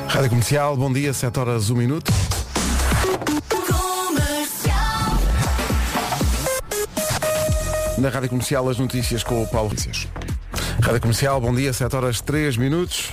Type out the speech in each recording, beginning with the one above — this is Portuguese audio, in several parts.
Rádio Comercial, bom dia, 7 horas 1 minuto. Na Rádio Comercial, as notícias com o Paulo Vícias. Rádio Comercial, bom dia, 7 horas 3 minutos.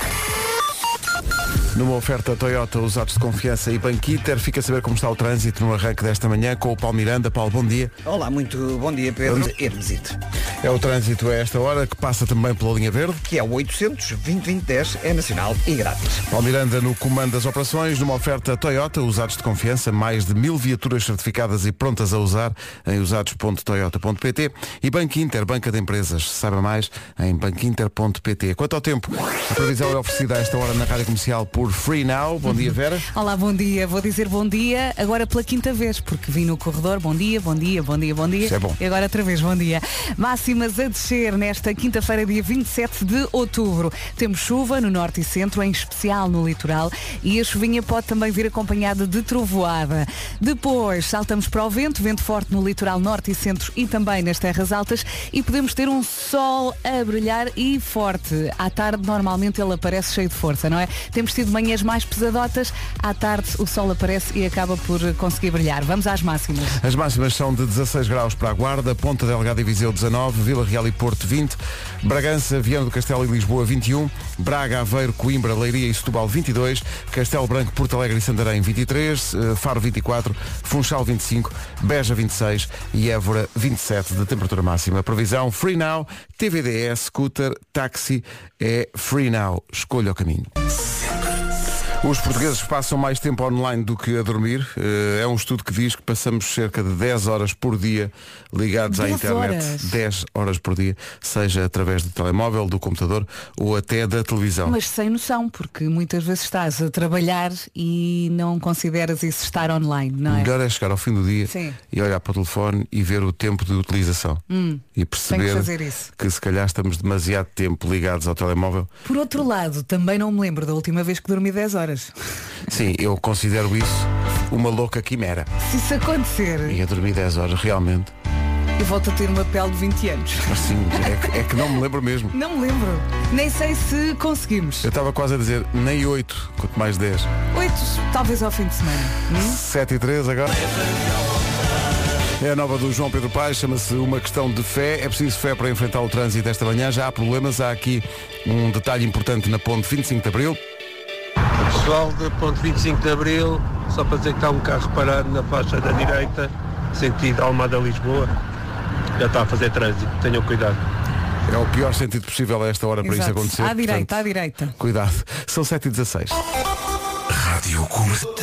Numa oferta Toyota, usados de confiança e Banco Inter, fica a saber como está o trânsito no arranque desta manhã com o Paulo Miranda. Paulo, bom dia. Olá, muito bom dia, Pedro Hermesito. É o trânsito a esta hora, que passa também pela linha verde. Que é o 800-2020-10, é nacional e grátis. Paulo Miranda no comando das operações, numa oferta Toyota, usados de confiança, mais de 1000 viaturas certificadas e prontas a usar em usados.toyota.pt e Banco Inter, banca de empresas. Saiba mais em banquinter.pt. Quanto ao tempo, a previsão é oferecida a esta hora na Rádio Comercial por Free Now. Bom dia, Vera. Olá, bom dia. Vou dizer bom dia agora pela quinta vez, porque vim no corredor. Bom dia, bom dia, bom dia, bom dia. Isso é bom. E agora outra vez, bom dia. Máximas a descer nesta quinta-feira, dia 27 de outubro. Temos chuva no norte e centro, em especial no litoral, e a chuvinha pode também vir acompanhada de trovoada. Depois saltamos para o vento, vento forte no litoral norte e centro e também nas terras altas, e podemos ter um sol a brilhar e forte. À tarde, normalmente, ele aparece cheio de força, não é? Temos tido manhãs mais pesadotas, à tarde o sol aparece e acaba por conseguir brilhar. Vamos às máximas. As máximas são de 16 graus para a Guarda, Ponta Delgada e Viseu 19, Vila Real e Porto 20, Bragança, Viana do Castelo e Lisboa 21, Braga, Aveiro, Coimbra, Leiria e Setúbal 22, Castelo Branco, Porto Alegre e Santarém 23, Faro 24, Funchal 25, Beja 26 e Évora 27 de temperatura máxima. Previsão Free Now, TVDE, scooter, táxi, é Free Now. Escolha o caminho. Os portugueses passam mais tempo online do que a dormir. É um estudo que diz que passamos cerca de 10 horas por dia ligados à internet. Horas. 10 horas por dia, seja através do telemóvel, do computador ou até da televisão. Mas sem noção, porque muitas vezes estás a trabalhar e não consideras isso estar online, não O é? melhor é chegar ao fim do dia Sim. e olhar para o telefone e ver o tempo de utilização. E perceber tenho que fazer isso. que se calhar estamos demasiado tempo ligados ao telemóvel. Por outro lado, também não me lembro da última vez que dormi 10 horas. Sim, eu considero isso uma louca quimera. Se isso acontecer, Ia dormir 10 horas, realmente. eu volto a ter uma pele de 20 anos. Assim, é que não me lembro mesmo. Não me lembro. Nem sei se conseguimos. Eu estava quase a dizer nem 8, quanto mais 10. 8, talvez ao fim de semana. 7 e 3 agora. É a nova do João Pedro Paes, chama-se Uma Questão de Fé. É preciso fé para enfrentar o trânsito esta manhã. Já há problemas, há aqui um detalhe importante na ponte 25 de Abril. Pessoal da ponte 25 de Abril, só para dizer que está um carro parado na faixa da direita, sentido Almada Lisboa, já está a fazer trânsito, tenham cuidado. É o pior sentido possível a esta hora para isso Exato. acontecer. À direita, portanto, à direita. Cuidado. São 7 e 16. Rádio Comercial.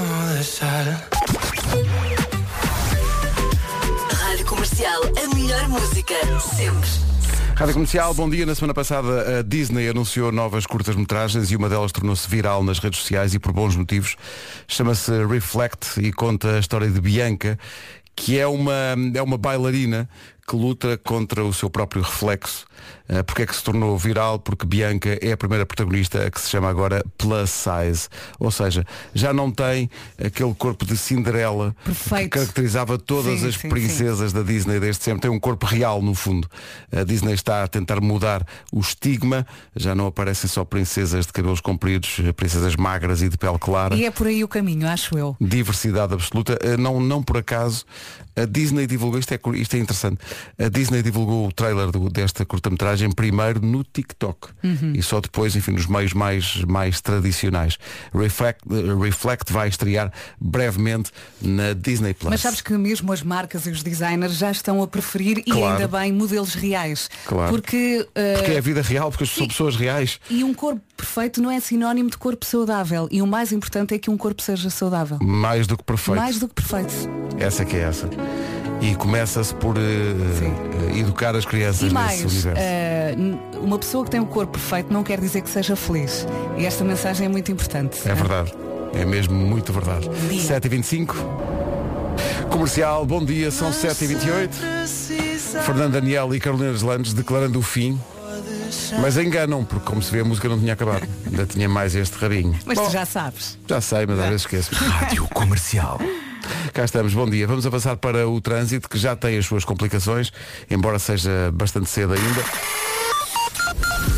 Rádio Comercial, a melhor música, sempre. Rádio Comercial, bom dia. Na semana passada a Disney anunciou novas curtas-metragens e uma delas tornou-se viral nas redes sociais e por bons motivos. Chama-se Reflect e conta a história de Bianca, que é uma bailarina que luta contra o seu próprio reflexo. Porque é que se tornou viral? Porque Bianca é a primeira protagonista a que se chama agora plus size. Ou seja, já não tem aquele corpo de Cinderela Perfeito. que caracterizava todas Sim, as sim, princesas da Disney desde sempre. Tem um corpo real, no fundo. A Disney está a tentar mudar o estigma. Já não aparecem só princesas de cabelos compridos, princesas magras e de pele clara. E é por aí o caminho, acho eu. Diversidade absoluta. Não por acaso, a Disney divulgou, isto é interessante, a Disney divulgou o trailer desta curta-metragem primeiro no TikTok e só depois, enfim, nos meios mais tradicionais. Reflect vai estrear brevemente na Disney Plus. Mas sabes que mesmo as marcas e os designers já estão a preferir, e Claro. ainda bem, modelos reais. Claro. Porque é a vida real, porque são pessoas reais. e um corpo perfeito não é sinónimo de corpo saudável. E o mais importante é que um corpo seja saudável. Mais do que perfeito. Mais do que perfeito. Essa que é essa. E começa-se por educar as crianças E mais, nesse universo. uma pessoa que tem um corpo perfeito não quer dizer que seja feliz. E esta mensagem é muito importante. É verdade. É mesmo muito verdade. dia. 7h25. Comercial, bom dia, são 7h28. Fernando Daniel e Carolina Deslandes declarando o fim. Mas enganam, porque como se vê a música não tinha acabado. Ainda tinha mais este rabinho. Mas Bom, tu já sabes. já sei, mas às vezes esqueço. Rádio Comercial. Cá estamos, bom dia. Vamos avançar para o trânsito, que já tem as suas complicações, embora seja bastante cedo ainda.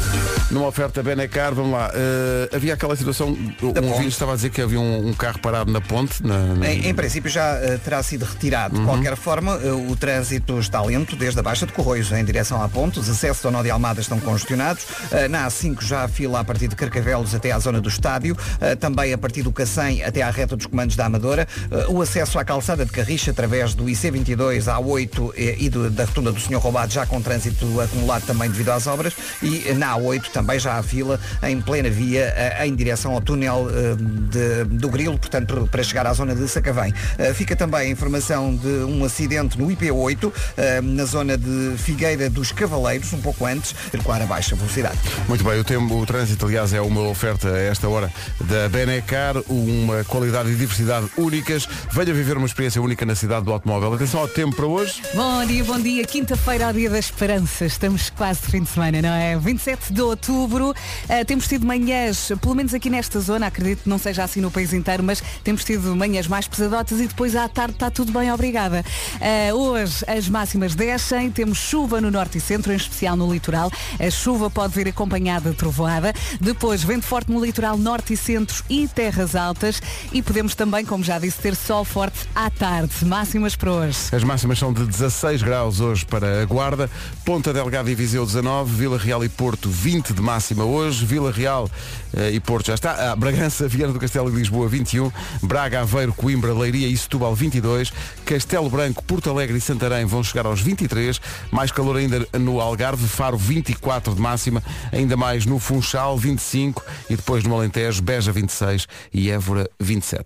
Numa oferta Benecar, vamos lá. Havia aquela situação, um ouvinte estava a dizer que havia um carro parado na ponte. Em princípio já terá sido retirado. De qualquer forma, o trânsito está lento desde a Baixa de Corroios em direção à ponte. Os acessos ao Nó de Almada estão congestionados. Na A5 já há fila a partir de Carcavelos até à zona do estádio. Também a partir do Cacém até à reta dos comandos da Amadora. O acesso à calçada de Carriche através do IC22, A8 e da rotunda do Senhor Roubado já com trânsito acumulado também devido às obras. E na A8 também já há fila em plena via em direção ao túnel do Grilo, portanto para chegar à zona de Sacavém. Fica também a informação de um acidente no IP8 na zona de Figueira dos Cavaleiros, um pouco antes, circular a baixa velocidade. Muito bem, o trânsito, aliás, é uma oferta a esta hora da Benecar, uma qualidade e diversidade únicas. Venha viver uma experiência única na cidade do automóvel. Atenção ao tempo para hoje. Bom dia. Quinta-feira ao dia da esperança. Estamos quase de fim de semana, não é? 27 de outubro. Temos tido manhãs, pelo menos aqui nesta zona, acredito que não seja assim no país inteiro, mas temos tido manhãs mais pesadotas e depois à tarde está tudo bem, obrigada. Hoje as máximas descem, temos chuva no norte e centro, em especial no litoral. A chuva pode vir acompanhada de trovoada. Depois vento forte no litoral norte e centro e terras altas. E podemos também, como já disse, ter sol forte à tarde. Máximas para hoje. As máximas são de 16 graus hoje para a Guarda, Ponta Delgada e Viseu 19, Vila Real e Porto 20 de máxima hoje, Vila Real e Porto já está, Bragança, Viana do Castelo e Lisboa 21, Braga, Aveiro, Coimbra, Leiria e Setúbal 22, Castelo Branco, Porto Alegre e Santarém vão chegar aos 23, mais calor ainda no Algarve, Faro 24 de máxima, ainda mais no Funchal 25 e depois no Alentejo, Beja 26 e Évora 27.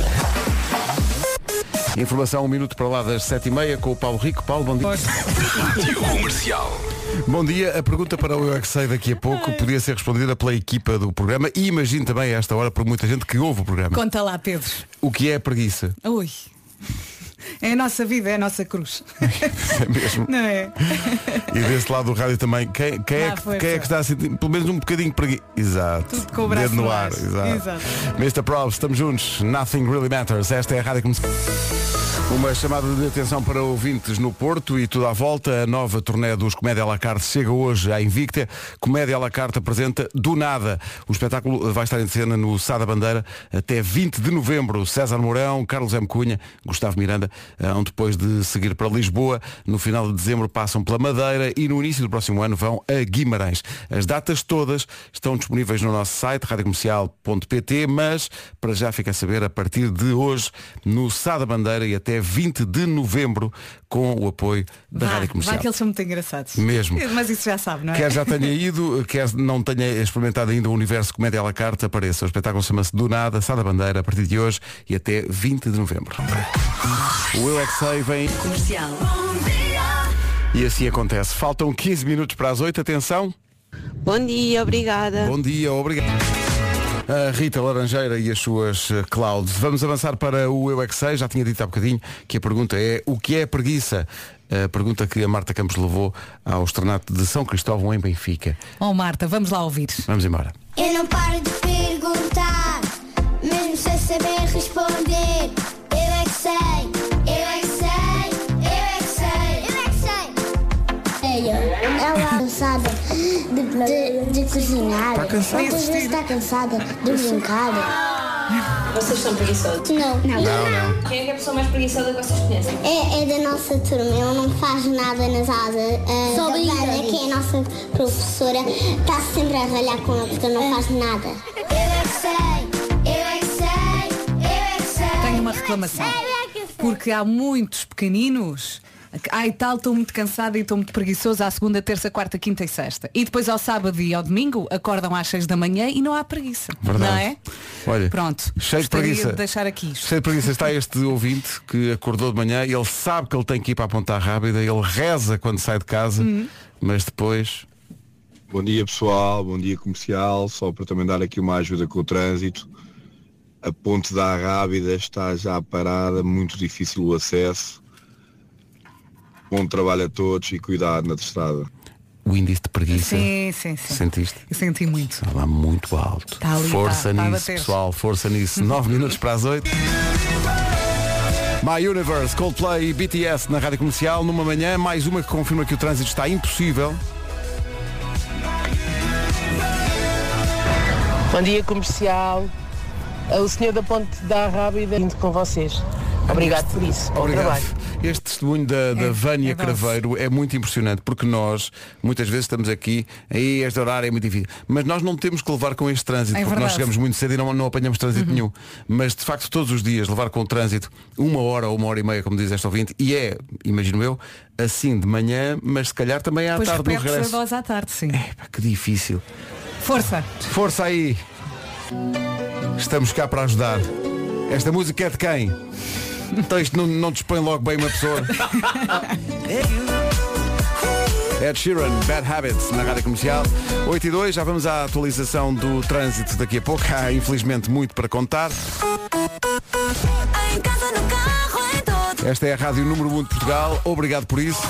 Informação 1 minuto para lá das 7h30 com o Paulo Rico. Paulo, bom dia. Rádio Comercial. Bom dia. A pergunta para o Eu é que Sei daqui a pouco podia ser respondida pela equipa do programa e imagino também a esta hora por muita gente que ouve o programa. Conta lá, Pedro. O que é preguiça? Ui. É a nossa vida, é a nossa cruz. É mesmo. Não é? E desse lado do rádio também, quem é que está a sentir pelo menos um bocadinho preguiça? Exato. Tudo com o braço dedo no ar. Exato. Mr. Probs, estamos juntos. Nothing really matters. Esta é a rádio comercial. Uma chamada de atenção para ouvintes no Porto e tudo à volta. A nova turnê dos Comédia à la Carte chega hoje à Invicta. Comédia à la Carte apresenta Do Nada. O espetáculo vai estar em cena no Sá da Bandeira até 20 de novembro. César Mourão, Carlos M. Cunha, Gustavo Miranda vão depois de seguir para Lisboa. No final de dezembro passam pela Madeira e no início do próximo ano vão a Guimarães. As datas todas estão disponíveis no nosso site radiocomercial.pt, mas para já fica a saber a partir de hoje no Sá da Bandeira e até 20 de novembro com o apoio da Rádio Comercial. Vai que eles são muito engraçados. Mesmo. Mas isso já sabe, não é? Quer já tenha ido, quer não tenha experimentado ainda o universo Comédia à la Carte, apareça. O espetáculo chama-se Do Nada, Sá da Bandeira, a partir de hoje e até 20 de novembro. O Eu é que Sei vem... Comercial. E assim acontece. Faltam 15 minutos para as 8, atenção. Bom dia, obrigada. Bom dia, obrigado. A Rita Laranjeira e as suas clouds. Vamos avançar para o Eu é que Sei. Já tinha dito há bocadinho que a pergunta é: o que é preguiça? A pergunta que a Marta Campos levou ao Externato de São Cristóvão em Benfica. Oh Marta, vamos lá ouvir. Vamos embora. Eu não paro de perguntar, mesmo sem saber responder. Eu é que sei, eu é que sei, eu é que sei, eu é que sei. Ela cansada de cozinhar. Está cansada? Quantas vezes está cansada de brincar? Vocês são preguiçosos? Não. Quem é que é a pessoa mais preguiçosa que vocês conhecem? É da nossa turma, ele não faz nada nas aulas. A Ana, que é a nossa professora, está sempre a ralhar com ele porque ele não faz nada. Eu é que sei, eu é que sei, eu é que sei. Tenho uma reclamação. Porque há muitos pequeninos. Ai tal, estou muito cansada e estou muito preguiçosa à segunda, terça, quarta, quinta e sexta. E depois ao sábado e ao domingo acordam às 6 da manhã e não há preguiça. Verdade. Não é? Olha, pronto. cheio de preguiça. De deixar aqui isto. Cheio de preguiça. Está este ouvinte que acordou de manhã e ele sabe que ele tem que ir para a Ponta Rábida, ele reza quando sai de casa, mas depois... Bom dia pessoal, bom dia comercial, só para também dar aqui uma ajuda com o trânsito. A Ponte da Rábida está já parada, muito difícil o acesso. Bom trabalho a todos e cuidado na estrada. O índice de preguiça. Sim. Sentiste? Eu senti muito. Está lá muito alto. Está ali, força está nisso, pessoal, força nisso. 9 minutos para as 8. My Universe, Coldplay e BTS na Rádio Comercial. Numa manhã, mais uma que confirma que o trânsito está impossível. Bom dia, comercial. O senhor da Ponte da Rábida indo com vocês. Obrigado por isso. Bom trabalho. Este testemunho da Vânia Craveiro é muito impressionante, porque nós muitas vezes estamos aqui, aí este horário é muito difícil, mas nós não temos que levar com este trânsito, porque verdade. nós chegamos muito cedo e não apanhamos trânsito nenhum. Mas de facto todos os dias levar com o trânsito 1 hora ou 1h30, como diz este ouvinte, e é, imagino eu, assim de manhã, mas se calhar também à Pois tarde no repete-se a regresso. dose à tarde, sim. Que difícil. Força. Força aí. Estamos cá para ajudar. Esta música é de quem? Então isto não dispõe logo bem uma pessoa. Ed Sheeran, Bad Habits, na Rádio Comercial. 8h02, já vamos à atualização do trânsito daqui a pouco. Há infelizmente muito para contar. Esta é a Rádio número 1 de Portugal. Obrigado por isso.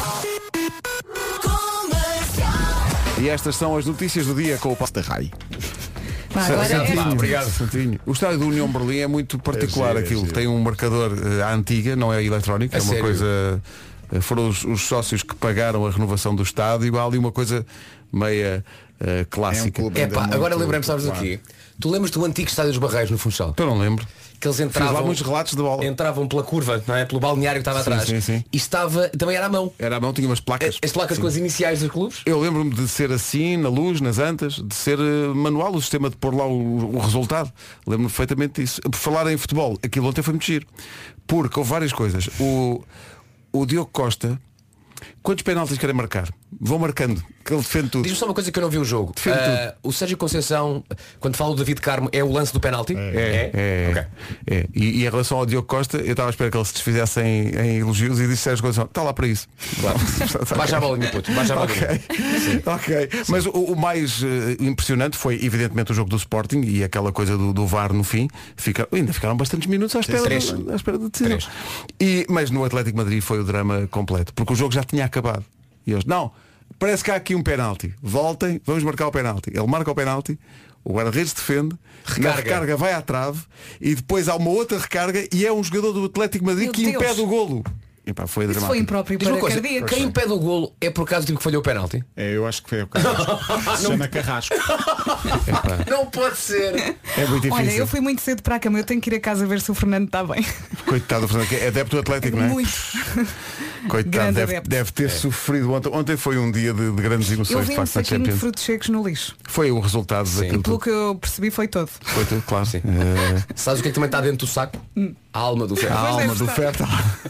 E estas são as notícias do dia com o Passo da Rai. Obrigado. Santinho. O estádio do União Berlim é muito particular. Aquilo giro. tem um marcador à antiga, não é eletrónico, é uma sério? coisa. Foram os sócios que pagaram a renovação do estádio. Há ali uma coisa meia clássica. Agora lembrei-me, sabes do quê? Tu lembras do antigo estádio dos Barreiros no Funchal? Eu não lembro. Que eles Fiz lá entravam, muitos relatos de bola. entravam pela curva, não é? Pelo balneário que estava atrás. Sim. E estava, também era à mão. Era à mão, tinha umas placas. As placas Sim. com as iniciais dos clubes. Eu lembro-me de ser assim, na luz, nas antas, de ser manual o sistema de pôr lá o resultado. Lembro-me perfeitamente disso. Por falar em futebol, aquilo ontem foi muito giro. Porque houve várias coisas. O Diogo Costa, quantos penaltis querem marcar? Vão marcando, que ele defende tudo. Diz-me só uma coisa que eu não vi o jogo. Defende tudo. O Sérgio Conceição, quando fala do David Carmo, é o lance do penalti? É. E em relação ao Diogo Costa, eu estava a esperar que ele se desfizesse em elogios e disse Sérgio Conceição, está lá para isso. Claro. Baixa a bolinha, puto. Baixa a bolinha. Ok. Mas o mais impressionante foi evidentemente o jogo do Sporting e aquela coisa do VAR no fim. Ainda ficaram bastantes minutos à espera de decisão. Mas no Atlético de Madrid foi o drama completo, porque o jogo já tinha acabado. E eles, não, parece que há aqui um penalti. Voltem, vamos marcar o penalti. Ele marca o penalti, o guarda-redes defende, na recarga vai à trave e depois há uma outra recarga e é um jogador do Atlético de Madrid que impede o golo. E pá, foi dramático. Foi impróprio Diz uma para coisa, cardíacos. quem impede o golo é por acaso o tipo que falhou o penalti? Eu acho que foi o Carrasco. Se chama Carrasco. Não pode ser. É muito difícil. Olha, eu fui muito cedo para a cama, eu tenho que ir a casa ver se o Fernando está bem. Coitado do Fernando, que é adepto do Atlético, não é? Muito. Coitado, Grande deve ter sofrido ontem. Ontem foi um dia de grandes Eu emoções, de vi um facto, na saquinho de Champions. frutos secos no lixo. Foi o resultado daquilo. Pelo que eu percebi foi todo. Foi tudo, claro. Sim. Sabes o que é que também está dentro do saco? A alma do feto. A alma do feto.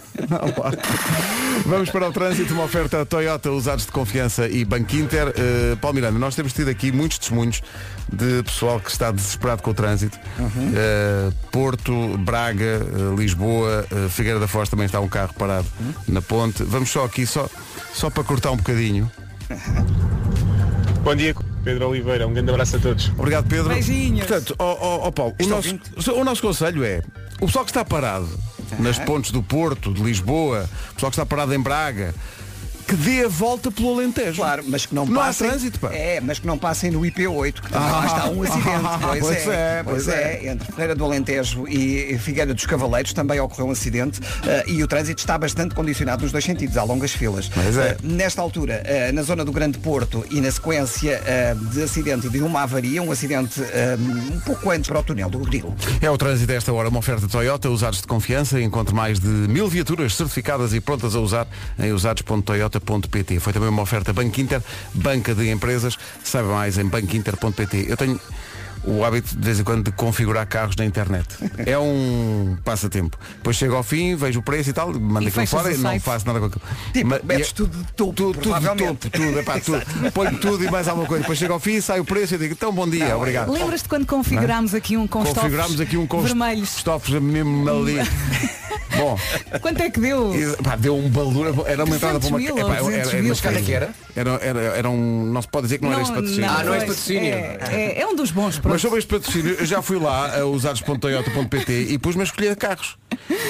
Vamos para o trânsito, uma oferta Toyota, usados de confiança e Banco Inter. Paulo Miranda, nós temos tido aqui muitos testemunhos de pessoal que está desesperado com o trânsito. Porto, Braga, Lisboa, Figueira da Foz também está um carro parado na ponte. Vamos só aqui, só para cortar um bocadinho. Bom dia, Pedro Oliveira, um grande abraço a todos. Obrigado, Pedro. Beijinhos. Portanto, Paulo, o nosso conselho é, o pessoal que está parado nas pontes do Porto, de Lisboa, o pessoal que está parado em Braga, que dê a volta pelo Alentejo. Claro, mas que não há passem. trânsito, pá. Mas que não passem no IP8, que também lá está um acidente. Pois é. Entre Ferreira do Alentejo e Figueira dos Cavaleiros também ocorreu um acidente e o trânsito está bastante condicionado nos dois sentidos, há longas filas. Nesta altura, na zona do Grande Porto e na sequência de acidente e de uma avaria, um acidente um pouco antes para o túnel do Grilo. É o trânsito a esta hora, uma oferta Toyota, usados de confiança. Encontre mais de 1000 viaturas certificadas e prontas a usar em usados.toyota.pt. Foi também uma oferta Banco Inter, banca de empresas. Saiba mais em banquinter.pt. Eu tenho o hábito de vez em quando de configurar carros na internet. É um passatempo. Depois chego ao fim, vejo o preço e tal, mando aquilo fora e não faço nada com aquilo. Metes tudo de topo, tudo de topo, tudo. Ponho tudo e mais alguma coisa. Depois chego ao fim, sai o preço e digo, então bom dia, obrigado. Lembras-te quando configurámos aqui um com vermelhos? Estofos mesmo ali. Bom, quanto é que deu? Deu um balura. Era uma entrada para uma. Mas cada que era? Era um. Não se pode dizer que não era este patrocínio. Não é este patrocínio. É um dos bons. Mas sobre este patrocínio, eu já fui lá a usados.toyota.pt e pus-me a escolher carros.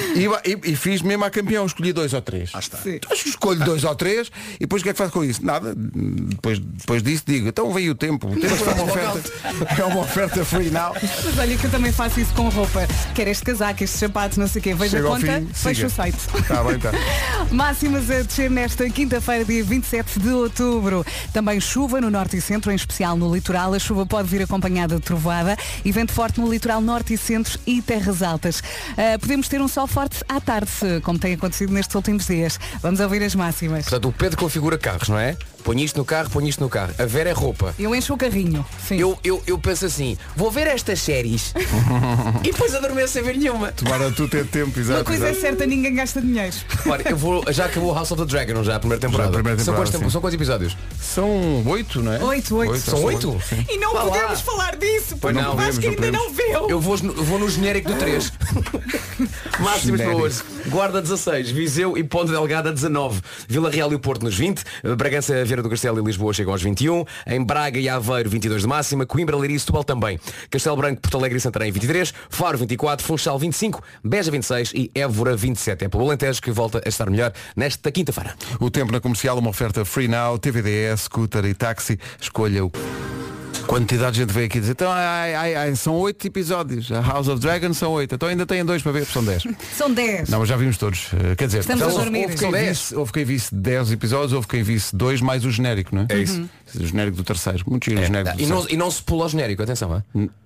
E fiz mesmo a campeão, escolhi 2 ou 3. Está. Então escolho 2 ou 3 e depois o que é que faço com isso? Nada. Depois disso digo, então veio o tempo. O tempo é uma oferta free now. Mas olha que eu também faço isso com roupa. Quer este casaco, estes sapatos, não sei o quê. Veja a conta, fecha o site. Tá bem, tá. Máximas a descer nesta quinta-feira, dia 27 de outubro. Também chuva no norte e centro, em especial no litoral. A chuva pode vir acompanhada de trovoada e vento forte no litoral norte e centro e terras altas. Podemos ter um sol forte à tarde, como tem acontecido nestes últimos dias. Vamos ouvir as máximas. Portanto, o Pedro configura carros, não é? Põe isto no carro, põe isto no carro. A Vera é roupa. Eu encho o carrinho. Sim. Eu penso assim, vou ver estas séries e depois adormeço sem ver nenhuma. Tomara tu ter tempo, exato. Uma coisa é certa, ninguém gasta dinheiro. Olha, já acabou House of the Dragon, já a primeira temporada. São quantos episódios? São 8, não é? 8. São 8? E não podemos falar disso, porque o Vasco ainda não viu. Eu vou no genérico do 3. Máximos para hoje. Guarda 16, Viseu e Ponte Delgada 19, Vila Real e o Porto nos 20, Bragança, Vieira do Castelo e Lisboa chegam aos 21, em Braga e Aveiro 22 de máxima, Coimbra, Leiria e Setúbal também, Castelo Branco, Porto Alegre e Santarém 23, Faro 24, Funchal 25, Beja 26 e Évora 27. É pelo Alentejo que volta a estar melhor nesta quinta-feira. O tempo na comercial, uma oferta Free Now, TVDS, scooter e táxi. Escolha o... Quantidade de gente veio aqui dizer, então são 8 episódios. A House of Dragon são 8. Então ainda têm 2 para ver, são 10. São 10. Não, mas já vimos todos. Quer dizer, estamos a dormir. Houve quem visse 10 episódios, houve quem visse 2 mais o genérico, não é? É isso. O genérico do terceiro. Muito giro o genérico do terceiro. E não se pula o genérico, atenção,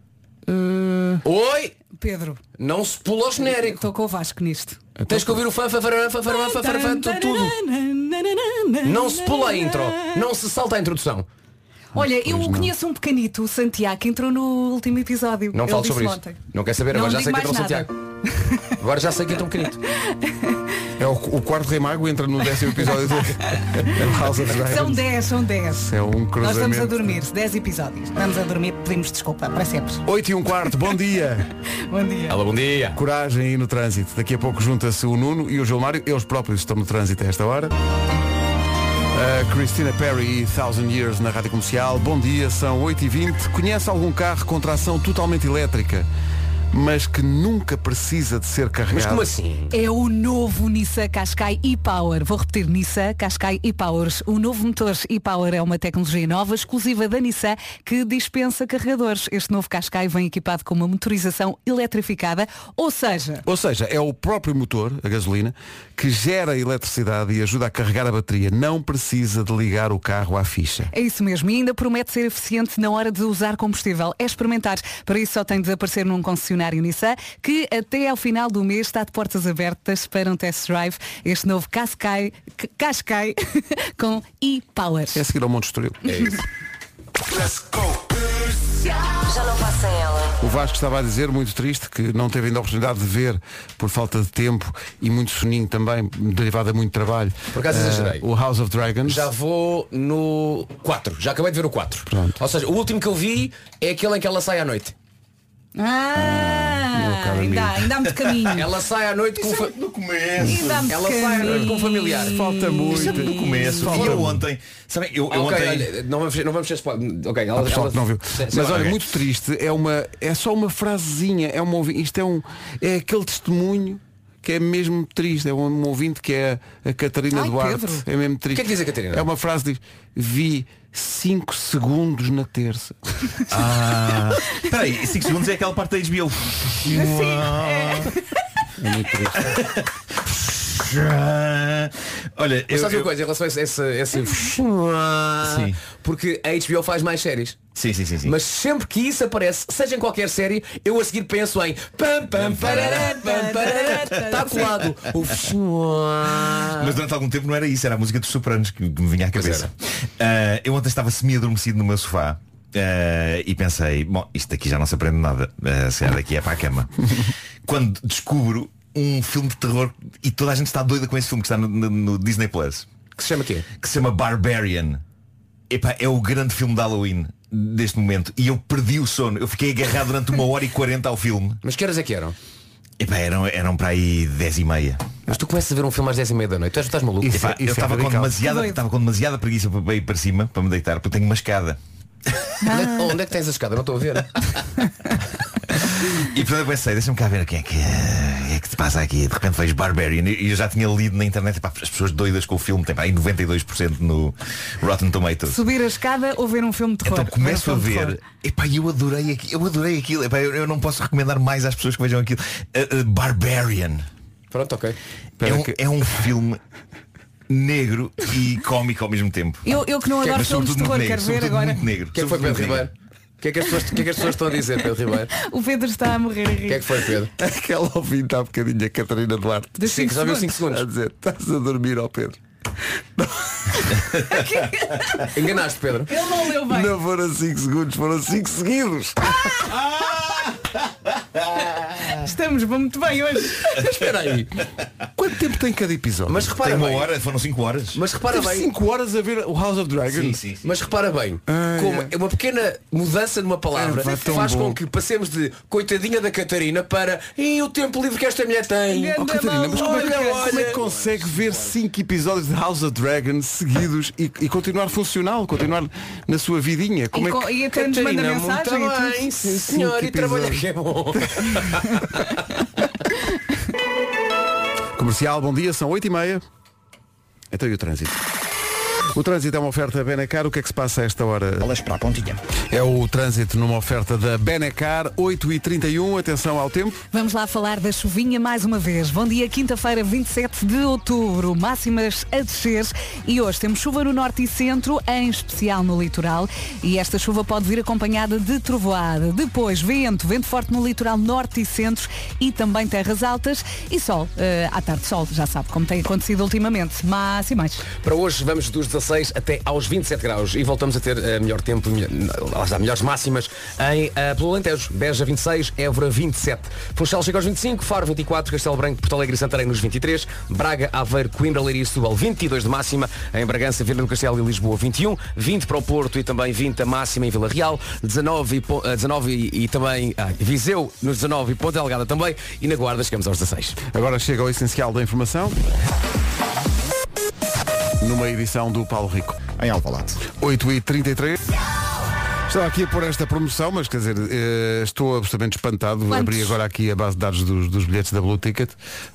Oi! Pedro. Não se pula o genérico. Estou com o Vasco nisto. Tens que ouvir o tudo. Não se pula a intro. Não se salta a introdução. Olha, eu conheço um pequenito, o Santiago, que entrou no último episódio. Não falo sobre isso. Ontem. Não quer saber, agora já sei que entrou o Santiago. Agora já sei que entrou um pequenito. É o quarto Rei Mago entra no 10º episódio do House of Dragons. São 10. É um cruzamento. Nós estamos a dormir, 10 episódios. Estamos a dormir, pedimos desculpa para sempre. 8:15, bom dia. Bom dia. Alô, bom dia. Coragem aí no trânsito. Daqui a pouco junta-se o Nuno e o Gilmário. Eles próprios estão no trânsito a esta hora. Christina Perry e 1000 Years na Rádio Comercial. Bom dia, são 8h20. Conhece algum carro com tração totalmente elétrica, mas que nunca precisa de ser carregado? Mas como assim? É o novo Nissan Qashqai e-Power. Vou repetir, Nissan Qashqai e-Power. O novo motor e-Power é uma tecnologia nova, exclusiva da Nissan, que dispensa carregadores. Este novo Qashqai vem equipado com uma motorização eletrificada, ou seja, é o próprio motor, a gasolina, que gera eletricidade e ajuda a carregar a bateria. Não precisa de ligar o carro à ficha. É isso mesmo, e ainda promete ser eficiente na hora de usar combustível. É experimentar. Para isso só tem de aparecer num concessionário Nissan, que até ao final do mês está de portas abertas para um test drive. Este novo Qashqai com e-Power. É seguir ao Monte Estoril. É isso. Já não passa ela. O Vasco estava a dizer, muito triste, que não teve ainda a oportunidade de ver por falta de tempo e muito soninho também, derivado a muito trabalho. Por acaso exagerei. O House of Dragons. Já vou no 4. Já acabei de ver o 4. Pronto. Ou seja, o último que eu vi é aquele em que ela sai à noite. Ainda há muito caminho. Ela sai à noite com no começo. Ela sai à noite com familiar. Falta muito. Isso é no começo. E eu ontem, sabem, eu ontem. Olha, não vamos ser ok, ela não viu. Mas olha, ok. muito triste, é só uma frasezinha, isto é aquele testemunho que é mesmo triste. É um ouvinte que é a Catarina Duarte. Pedro. É mesmo triste. O que é que diz a Catarina? É uma frase que diz: vi 5 segundos na terça. Espera aí, 5 segundos é aquela parte da HBO. É muito triste. Olha, Mas sabes uma coisa em relação a esse Sim. porque a HBO faz mais séries. Sim. Mas sempre que isso aparece, seja em qualquer série, eu a seguir penso em está colado. Mas durante algum tempo não era isso, era a música dos Sopranos que me vinha à cabeça. Eu ontem estava semi-adormecido no meu sofá e pensei, bom, isto daqui já não se aprende nada, se daqui é para a cama. Quando descubro um filme de terror e toda a gente está doida com esse filme que está no Disney Plus. Que se chama quê? Que se chama Barbarian. Epá, é o grande filme de Halloween deste momento. E eu perdi o sono. Eu fiquei agarrado durante 1h40 ao filme. Mas que horas é que eram? Epá, eram para aí 10h30. Mas tu começas a ver um filme às 10h30 da noite. Tu estás maluco? Epá, eu estava com demasiada preguiça para ir para cima, para me deitar, porque tenho uma escada. Onde é que tens a escada? Não estou a ver. E portanto eu pensei, deixa-me cá ver o que é que se passa aqui. De repente vejo Barbarian e eu já tinha lido na internet, pá, as pessoas doidas com o filme, tem pá, aí 92% no Rotten Tomatoes. Subir a escada ou ver um filme de terror. Então começo a ver, epá, eu adorei aquilo. Epá, eu não posso recomendar mais às pessoas que vejam aquilo. Barbarian. Pronto, ok. É um filme negro e cómico ao mesmo tempo. Eu que não adoro filmes de terror, quero ver agora. Muito negro. O que é que foi, Pedro Ribeiro? O que é que as pessoas estão a dizer, Pedro Ribeiro? O Pedro está a morrer a rir. O que é que foi, Pedro? Aquela ouvinte há bocadinho, a Catarina Duarte. Sim, que já viu 5 segundos. A dizer, estás a dormir ao Pedro. Enganaste, Pedro. Ele não leu bem. Não foram 5 segundos, foram 5 seguidos. Estamos muito bem hoje. Espera aí. Quanto tempo tem cada episódio? Mas repara Tem uma bem. hora, foram 5 horas. Mas repara Teve bem. 5 horas a ver o House of Dragons. Sim. Mas repara bem, como é uma pequena mudança numa palavra faz com que passemos de coitadinha da Catarina para e o tempo livre que esta mulher tem. Oh, Catarina, mas como é olha. que consegue ver 5 episódios de House of Dragons seguidos e continuar funcional, continuar na sua vidinha? Como é que... E até nos manda Catarina, mensagem muito e bem, tudo. sim, senhor, e trabalha que é bom. Comercial, bom dia, são 8h30. Então e o trânsito? O trânsito é uma oferta Benacar. O que é que se passa a esta hora? Elas para a pontinha. É o trânsito numa oferta da Benacar, 8h31. Atenção ao tempo. Vamos lá falar da chuvinha mais uma vez. Bom dia, quinta-feira, 27 de outubro. Máximas a descer. E hoje temos chuva no norte e centro, em especial no litoral. E esta chuva pode vir acompanhada de trovoada. Depois, vento forte no litoral norte e centro e também terras altas. E sol, à tarde sol, já sabe, como tem acontecido ultimamente. Máximas. Para hoje vamos dos 16 até aos 27 graus e voltamos a ter melhor tempo, melhores máximas pelo Alentejo. Beja 26, Évora 27, Funchal chega aos 25, Faro 24, Castelo Branco, Porto Alegre e Santarém nos 23, Braga, Aveiro, Coimbra, Leiria e Setúbal 22 de máxima, em Bragança, Viana do Castelo e Lisboa 21, 20 para o Porto e também 20 a máxima em Vila Real, 19 e também Viseu nos 19 e Ponta Delgada também, e na Guarda chegamos aos 16. Agora chega o essencial da informação. Numa edição do Paulo Rico. Em Alvalade. 8h33. Estava aqui a pôr esta promoção, mas quer dizer, estou absolutamente espantado. Quantos? Abri agora aqui a base de dados dos bilhetes da Blue Ticket.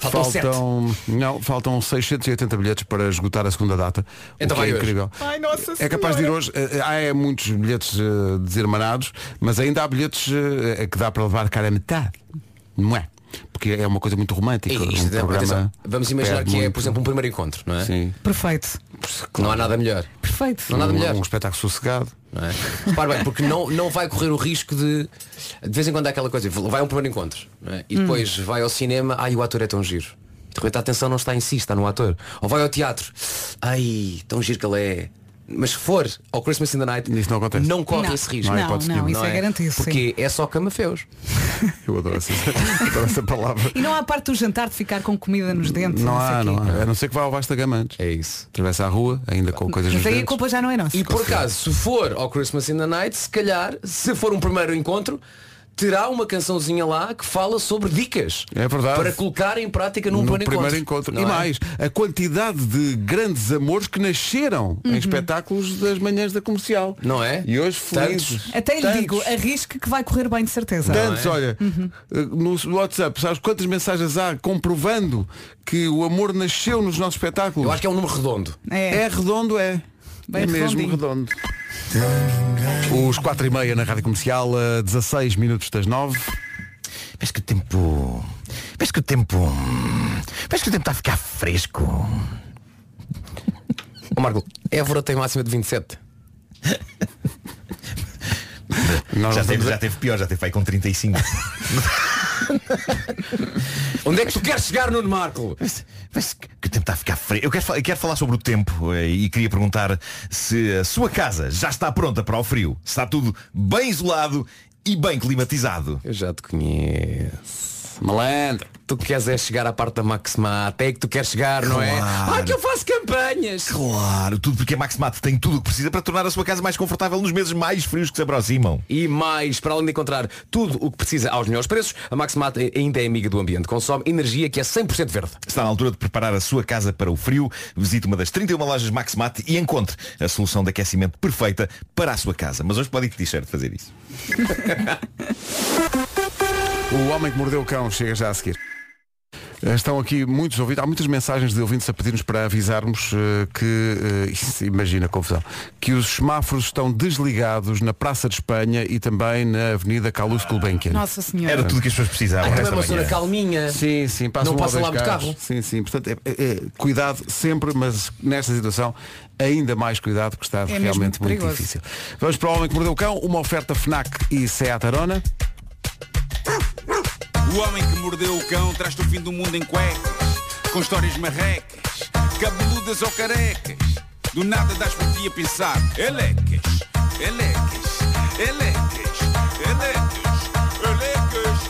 Faltam 680 bilhetes para esgotar a segunda data. Então o que vai é hoje. incrível. Ai, nossa É capaz de ir hoje. Há muitos bilhetes desirmanados, mas ainda há bilhetes que dá para levar cara a metade. Não é? Porque é uma coisa muito romântica. Atenção, vamos imaginar que é, por exemplo, um primeiro encontro, não é? Sim. Perfeito. Não há nada melhor. Perfeito. Não há nada melhor. Um espetáculo sossegado. Não é? Repara bem, porque não vai correr o risco de vez em quando há aquela coisa, vai a um primeiro encontro, não é? E depois vai ao cinema, o ator é tão giro. De repente a atenção não está em si, está no ator. Ou vai ao teatro, tão giro que ele é. Mas se for ao Christmas in the Night, isso não acontece. Não corre Não. esse risco. Não, isso é garantido. Porque é só camafeus. Eu adoro essa palavra. E não há parte do jantar de ficar com comida nos dentes. Não sei há. quê. A não ser que vá ao Vasta Gama antes. É isso. Atravessa a rua, ainda com coisas nos Mas aí a dentes. culpa já não é nossa. E por acaso, se for ao Christmas in the Night, se calhar, se for um primeiro encontro, terá uma cançãozinha lá que fala sobre dicas. É verdade. Para colocar em prática num primeiro encontro. Não E é? mais, a quantidade de grandes amores que nasceram em espetáculos das manhãs da comercial. Não é? E hoje Tantos. felizes. Até lhe Tantos. digo, arrisque que vai correr bem de certeza. Tantos, olha, no WhatsApp, sabes quantas mensagens há comprovando que o amor nasceu nos nossos espetáculos? Eu acho que é um número redondo. É redondo, é. Bem é mesmo redondinho. redondo. Os 4h30 na Rádio Comercial, a 16 minutos das 9. Parece que o tempo está a ficar fresco. Ó Marco, Évora tem máxima de 27. Já teve pior, já teve aí com 35. Onde é que tu queres chegar, Nuno Marco? Parece que o tempo está a ficar fresco. Eu quero falar sobre o tempo e queria perguntar se a sua casa já está pronta para o frio. Se está tudo bem isolado e bem climatizado. Eu já te conheço. Malandro, tu queres é chegar à parte da Maxmat, é que tu queres chegar, não é? Que eu faço campanhas. Claro, tudo porque a Maxmat tem tudo o que precisa para tornar a sua casa mais confortável nos meses mais frios que se aproximam. E mais, para além de encontrar tudo o que precisa aos melhores preços, a Maxmat ainda é amiga do ambiente. Consome energia que é 100% verde. Está na altura de preparar a sua casa para o frio. Visite uma das 31 lojas Maxmat e encontre a solução de aquecimento perfeita para a sua casa. Mas hoje pode ir de t-shirt fazer isso. O Homem que Mordeu o Cão chega já a seguir. Estão aqui muitos ouvintes, há muitas mensagens de ouvintes a pedir-nos para avisarmos imagina a confusão, que os semáforos estão desligados na Praça de Espanha e também na Avenida Carlos Gulbenkian. Nossa Senhora. Era tudo que as pessoas precisavam. É uma zona calminha. Sim, não passa lá muito carro. Sim, portanto, cuidado sempre, mas nesta situação ainda mais cuidado, porque está realmente muito difícil. Vamos para o Homem que Mordeu o Cão, uma oferta FNAC e Seat Arona. O Homem que Mordeu o Cão traz-te o fim do mundo em cuecas, com histórias marrecas, cabeludas ou carecas. Do nada das por ti a pensar. Elecas, elecas, elecas, elecas, elecas.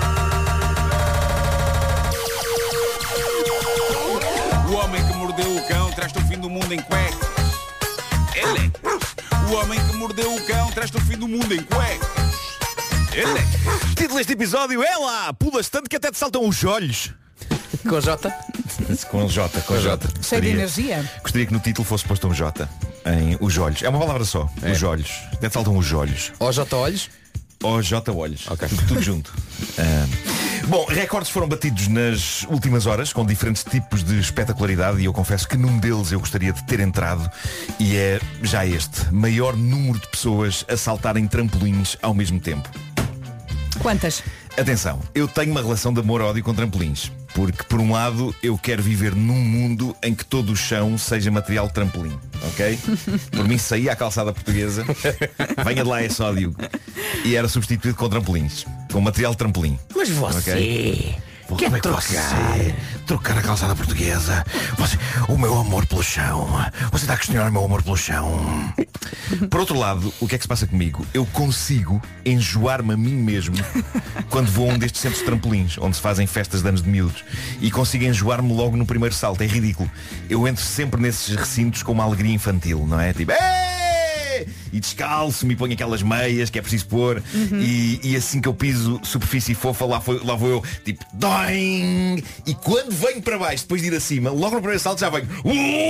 O Homem que Mordeu o Cão traz-te o fim do mundo em cuecas. Elecas. O Homem que Mordeu o Cão traz-te o fim do mundo em cuecas. Título deste episódio é lá, pulas tanto que até te saltam os olhos. Com J? Com J. Cheio de energia. Gostaria que no título fosse posto um J em os olhos. É uma palavra só, os olhos. Até te saltam os olhos. OJ olhos? OJ olhos. Ok. Tudo junto. Bom, recordes foram batidos nas últimas horas com diferentes tipos de espetacularidade e eu confesso que num deles eu gostaria de ter entrado e é já este. Maior número de pessoas a saltarem trampolins ao mesmo tempo. Quantas? Atenção, eu tenho uma relação de amor-ódio com trampolins. Porque, por um lado, eu quero viver num mundo em que todo o chão seja material de trampolim, ok? Por mim saía a calçada portuguesa, venha de lá esse ódio, e era substituído com trampolins, com material de trampolim. Mas você... Okay? Quer trocar a calçada portuguesa? O meu amor pelo chão. Você está a questionar o meu amor pelo chão. Por outro lado, o que é que se passa comigo? Eu consigo enjoar-me a mim mesmo quando vou a um destes centros de trampolins, onde se fazem festas de anos de miúdos, e consigo enjoar-me logo no primeiro salto. É ridículo. Eu entro sempre nesses recintos com uma alegria infantil, não é? Tipo, e descalço-me e ponho aquelas meias que é preciso pôr e assim que eu piso superfície fofa, lá vou eu, tipo, doing! E quando venho para baixo, depois de ir acima, logo no primeiro salto já venho.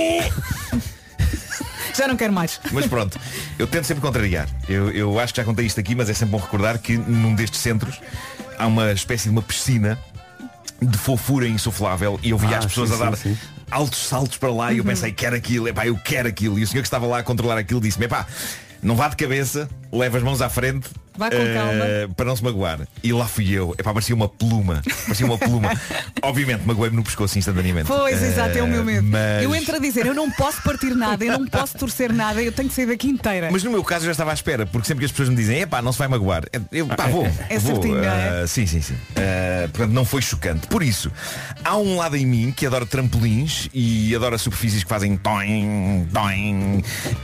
Já não quero mais. Mas pronto, eu tento sempre contrariar. Eu acho que já contei isto aqui, mas é sempre bom recordar que num destes centros há uma espécie de uma piscina de fofura insuflável e eu via as pessoas a dar altos saltos para lá e eu pensei, quero aquilo, eu quero aquilo. E o senhor que estava lá a controlar aquilo disse-me, não vá de cabeça, leva as mãos à frente, vai com calma, para não se magoar. E lá fui eu. Parecia uma pluma. Obviamente magoei-me no pescoço instantaneamente. Pois, exato, é o meu medo. Mas... Eu entro a dizer, eu não posso partir nada, eu não posso torcer nada, eu tenho que sair daqui inteira. Mas no meu caso eu já estava à espera, porque sempre que as pessoas me dizem, não se vai magoar, vou. É certinho, é? Sim. Portanto, não foi chocante. Por isso, há um lado em mim que adora trampolins e adora superfícies que fazem toing, toing.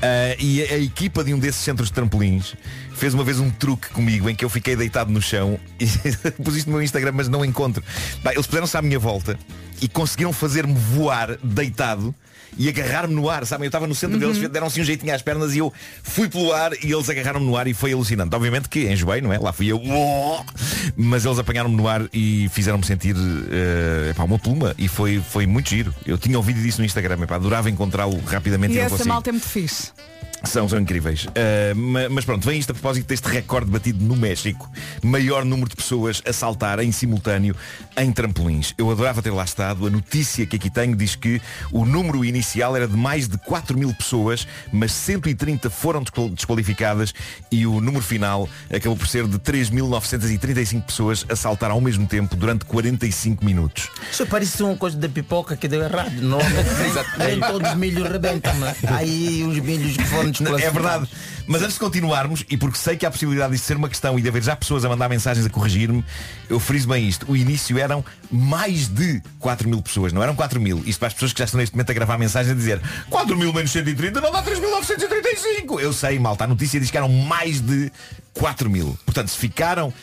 E a equipa de um desses centros de trampolins fez uma vez um truque comigo em que eu fiquei deitado no chão e pus isto no meu Instagram, mas não encontro. Eles puseram-se à minha volta e conseguiram fazer-me voar deitado e agarrar-me no ar, sabem? Eu estava no centro deles, deram-se um jeitinho às pernas e eu fui pelo ar e eles agarraram-me no ar e foi alucinante. Obviamente que enjoei, não é? Lá fui eu, mas eles apanharam-me no ar e fizeram-me sentir uma pluma e foi muito giro. Eu tinha ouvido disso no Instagram, adorava encontrá-lo rapidamente. E essa malta é muito fixe. São incríveis. Mas pronto, vem isto a propósito deste recorde batido no México. Maior número de pessoas a saltar em simultâneo em trampolins. Eu adorava ter lá estado. A notícia que aqui tenho diz que o número inicial era de mais de 4.000 pessoas, mas 130 foram desqualificadas e o número final acabou por ser de 3.935 pessoas a saltar ao mesmo tempo durante 45 minutos. Isso parece uma coisa da pipoca que deu errado, não? Nem todos os milhos rebentam, não é? Aí os milhos que foram é verdade. Mas antes de continuarmos, e porque sei que há a possibilidade disto ser uma questão e de haver já pessoas a mandar mensagens a corrigir-me, eu friso bem isto. O início eram mais de 4.000 pessoas, não eram 4.000. Isto para as pessoas que já estão neste momento a gravar mensagens a dizer 4.000 menos 130 não dá 3.935. Eu sei, malta, a notícia diz que eram mais de 4.000. Portanto, se ficaram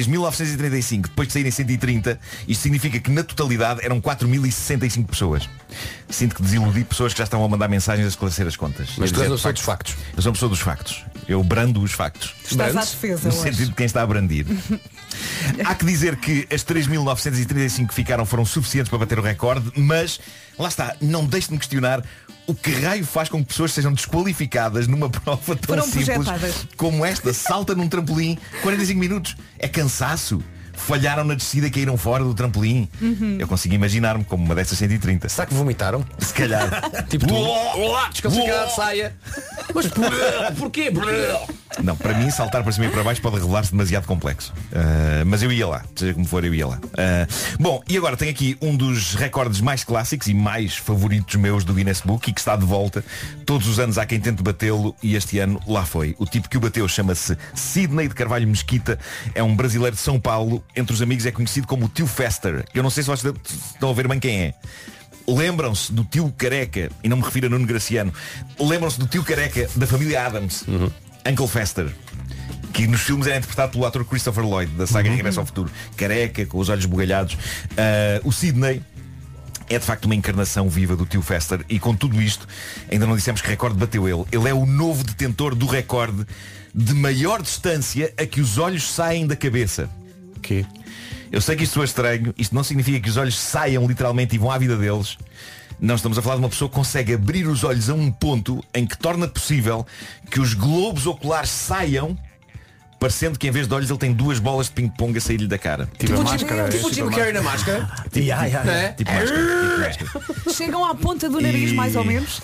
3.935 depois de saírem 130, isto significa que na totalidade eram 4.065 pessoas. Sinto que desiludi pessoas que já estavam a mandar mensagens a esclarecer as contas. Mas tu és uma pessoa dos factos. Eu sou uma pessoa dos factos. Eu brando os factos. Estás à defesa no hoje. sentido de quem está a brandir. Há que dizer que as 3.935 que ficaram foram suficientes para bater o recorde, mas lá está, não deixe de me questionar o que raio faz com que pessoas sejam desqualificadas numa prova tão simples como esta. Salta num trampolim 45 minutos. É cansaço. falharam na descida e caíram fora do trampolim. Eu consigo imaginar-me como uma dessas 130. Será que vomitaram? Se calhar. Tipo tu. Descalcificado, saia. Mas porquê? Não, para mim saltar para cima e para baixo pode revelar-se demasiado complexo. Mas eu ia lá, seja como for, eu ia lá. Bom, e agora tenho aqui um dos recordes mais clássicos e mais favoritos meus do Guinness Book e que está de volta. Todos os anos há quem tente batê-lo e este ano lá foi. O tipo que o bateu chama-se Sidney de Carvalho Mesquita. É um brasileiro de São Paulo. Entre os amigos é conhecido como o Tio Fester. Eu não sei se vocês estão a ver bem quem é. Lembram-se do tio careca, e não me refiro a Nuno Graciano, lembram-se do tio careca da família Addams, Uncle Fester, que nos filmes era interpretado pelo ator Christopher Lloyd, da saga Regresso ao Futuro. Careca, com os olhos bugalhados. O Sidney é de facto uma encarnação viva do tio Fester. E com tudo isto, ainda não dissemos que recorde bateu ele. Ele é o novo detentor do recorde de maior distância a que os olhos saem da cabeça. Que? Eu sei que isto é estranho. Isto não significa que os olhos saiam literalmente e vão à vida deles. Não, estamos a falar de uma pessoa que consegue abrir os olhos a um ponto em que torna possível que os globos oculares saiam, parecendo que em vez de olhos ele tem duas bolas de ping-pong a sair-lhe da cara. Tipo o Jim Carrey na máscara. Tipo máscara. Chegam à ponta do nariz, mais ou menos.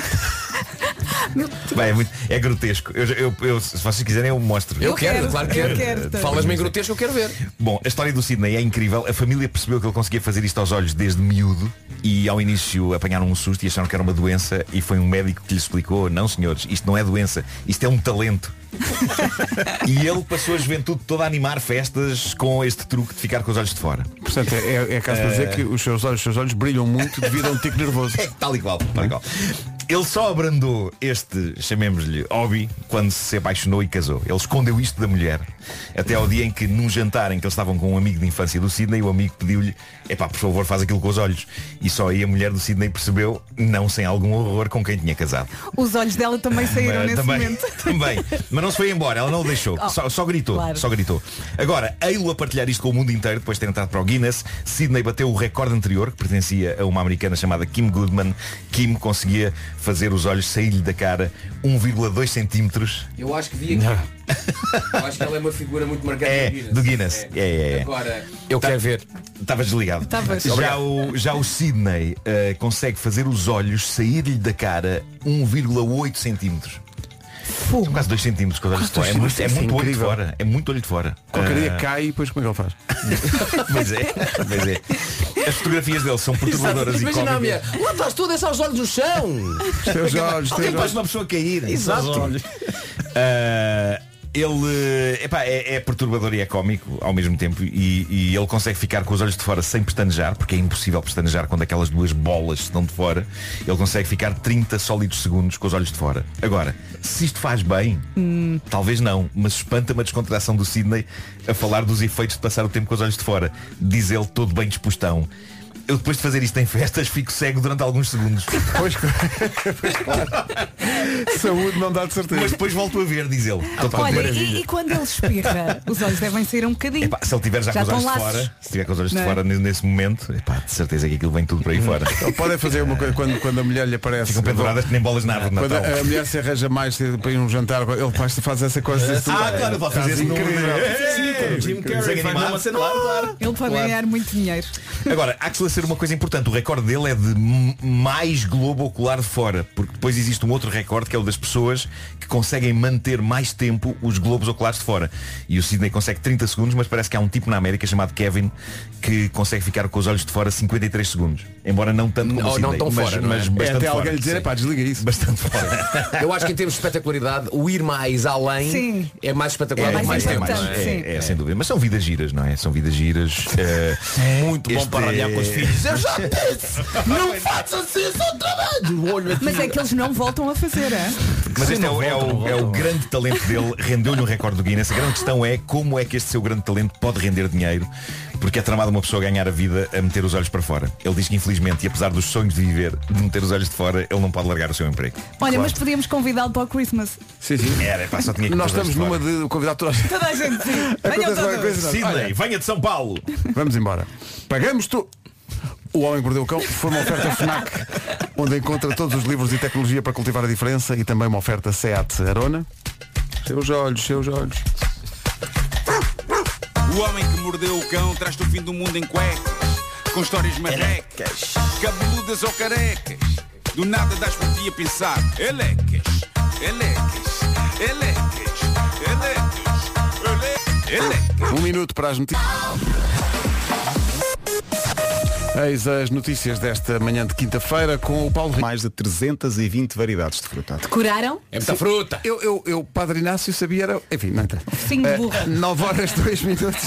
Bem, é grotesco. Se vocês quiserem eu mostro. Eu quero, claro que quero. Falas-me em grotesco, eu quero ver. Bom, a história do Sidney é incrível. A família percebeu que ele conseguia fazer isto aos olhos desde miúdo. E ao início apanharam um susto e acharam que era uma doença. E foi um médico que lhe explicou: não senhores, isto não é doença, isto é um talento. E ele passou a juventude toda a animar festas com este truque de ficar com os olhos de fora. Portanto, é caso para dizer que os seus olhos brilham muito devido a um tico nervoso. Tal e qual. Ele só abrandou este, chamemos-lhe, hobby quando se apaixonou e casou. Ele escondeu isto da mulher até ao dia em que, num jantar em que eles estavam com um amigo de infância do Sidney, o amigo pediu-lhe: epá, por favor, faz aquilo com os olhos. E só aí a mulher do Sidney percebeu, não sem algum horror, com quem tinha casado. Os olhos dela também saíram nesse momento. Também. Mas não se foi embora, ela não o deixou. Só gritou. Claro. Só gritou. Agora, ei-lo a partilhar isto com o mundo inteiro, depois de ter entrado para o Guinness. Sidney bateu o recorde anterior, que pertencia a uma americana chamada Kim Goodman. Kim conseguia fazer os olhos sair-lhe da cara 1,2 centímetros. Eu acho que vi aqui. Eu acho que ela é uma figura muito marcante do Guinness. É. Agora, eu quero ver. Estavas desligado. Já o Sidney consegue fazer os olhos sair-lhe da cara 1,8 centímetros. São quase 2 centímetros com os olhos de fora. É muito olho de fora. É muito olho de fora. Qualquer dia cai e depois como é que ele faz? Pois é. As fotografias dele são perturbadoras. Imagina a minha, lá estás tu a deixar os olhos no chão. Teus olhos. Alguém faz uma pessoa cair. Exato. Ele é perturbador e é cómico ao mesmo tempo e ele consegue ficar com os olhos de fora sem pestanejar, porque é impossível pestanejar quando aquelas duas bolas estão de fora. Ele consegue ficar 30 sólidos segundos com os olhos de fora. Agora, se isto faz bem, talvez não, mas espanta-me a descontração do Sidney a falar dos efeitos de passar o tempo com os olhos de fora. Diz ele todo bem dispostão: eu depois de fazer isto em festas fico cego durante alguns segundos. Pois claro. Saúde não dá de certeza. Mas depois volto a ver, diz ele. Olha, e quando ele espirra, os olhos devem sair um bocadinho. Se ele tiver já com os olhos de fora, se tiver com os olhos de fora nesse momento, de certeza que aquilo vem tudo para aí fora. Ele pode fazer uma coisa quando a mulher lhe aparece. Ficam penduradas que nem bolas na árvore de Natal. Natal. Quando a mulher se arranja mais para ir um jantar, ele faz essa coisa. Claro, ele pode fazer incrível. Jim Carrey uma cena lá. Ele pode ganhar muito dinheiro. Agora, há que esclarecer uma coisa importante. O recorde dele é de mais globo ocular de fora, porque depois existe um outro recorde que é o das pessoas que conseguem manter mais tempo os globos oculares de fora. E o Sidney consegue 30 segundos, mas parece que há um tipo na América chamado Kevin que consegue ficar com os olhos de fora 53 segundos. Embora não tanto como o Sidney, não tão fora, mas bastante até fora. Alguém lhe dizer, desliga isso. Bastante fora. Eu acho que em termos de espetacularidade, o ir mais além é mais espetacular do que mais tempo. Sem dúvida. Mas são vidas giras, não é? São vidas giras. Muito bom para ralhar com os filhos. Eu já disse, não faças assim outra vez. Mas é que eles não voltam a fazer, é? Mas este é o grande talento dele. Rendeu-lhe um recorde do Guinness. A grande questão é como é que este seu grande talento pode render dinheiro, porque é tramado uma pessoa ganhar a vida a meter os olhos para fora. Ele diz que infelizmente, e apesar dos sonhos de viver, de meter os olhos de fora, ele não pode largar o seu emprego. Olha, mas podíamos convidá-lo para o Christmas. Sim. Só tinha que nós estamos numa de convidar toda a gente. Sidney, venha de São Paulo. Vamos embora. Pagamos tu. O Homem que Mordeu o Cão foi uma oferta FNAC, onde encontra todos os livros e tecnologia para cultivar a diferença, e também uma oferta SEAT Arona. Seus olhos. O homem que mordeu o cão traz-te o fim do mundo em cuecas, com histórias marrecas, cabeludas ou carecas. Do nada das por ti a pensar. Elecas, elecas, elecas, elecas, elecas. 1 minuto para as notícias. Eis as notícias desta manhã de quinta-feira com o Paulo Rico. Mais de 320 variedades de fruta. Decoraram? É muita fruta. Eu, Padre Inácio, sabia era... Enfim, não entra. Sim, de burra. 9 horas, 2 minutos.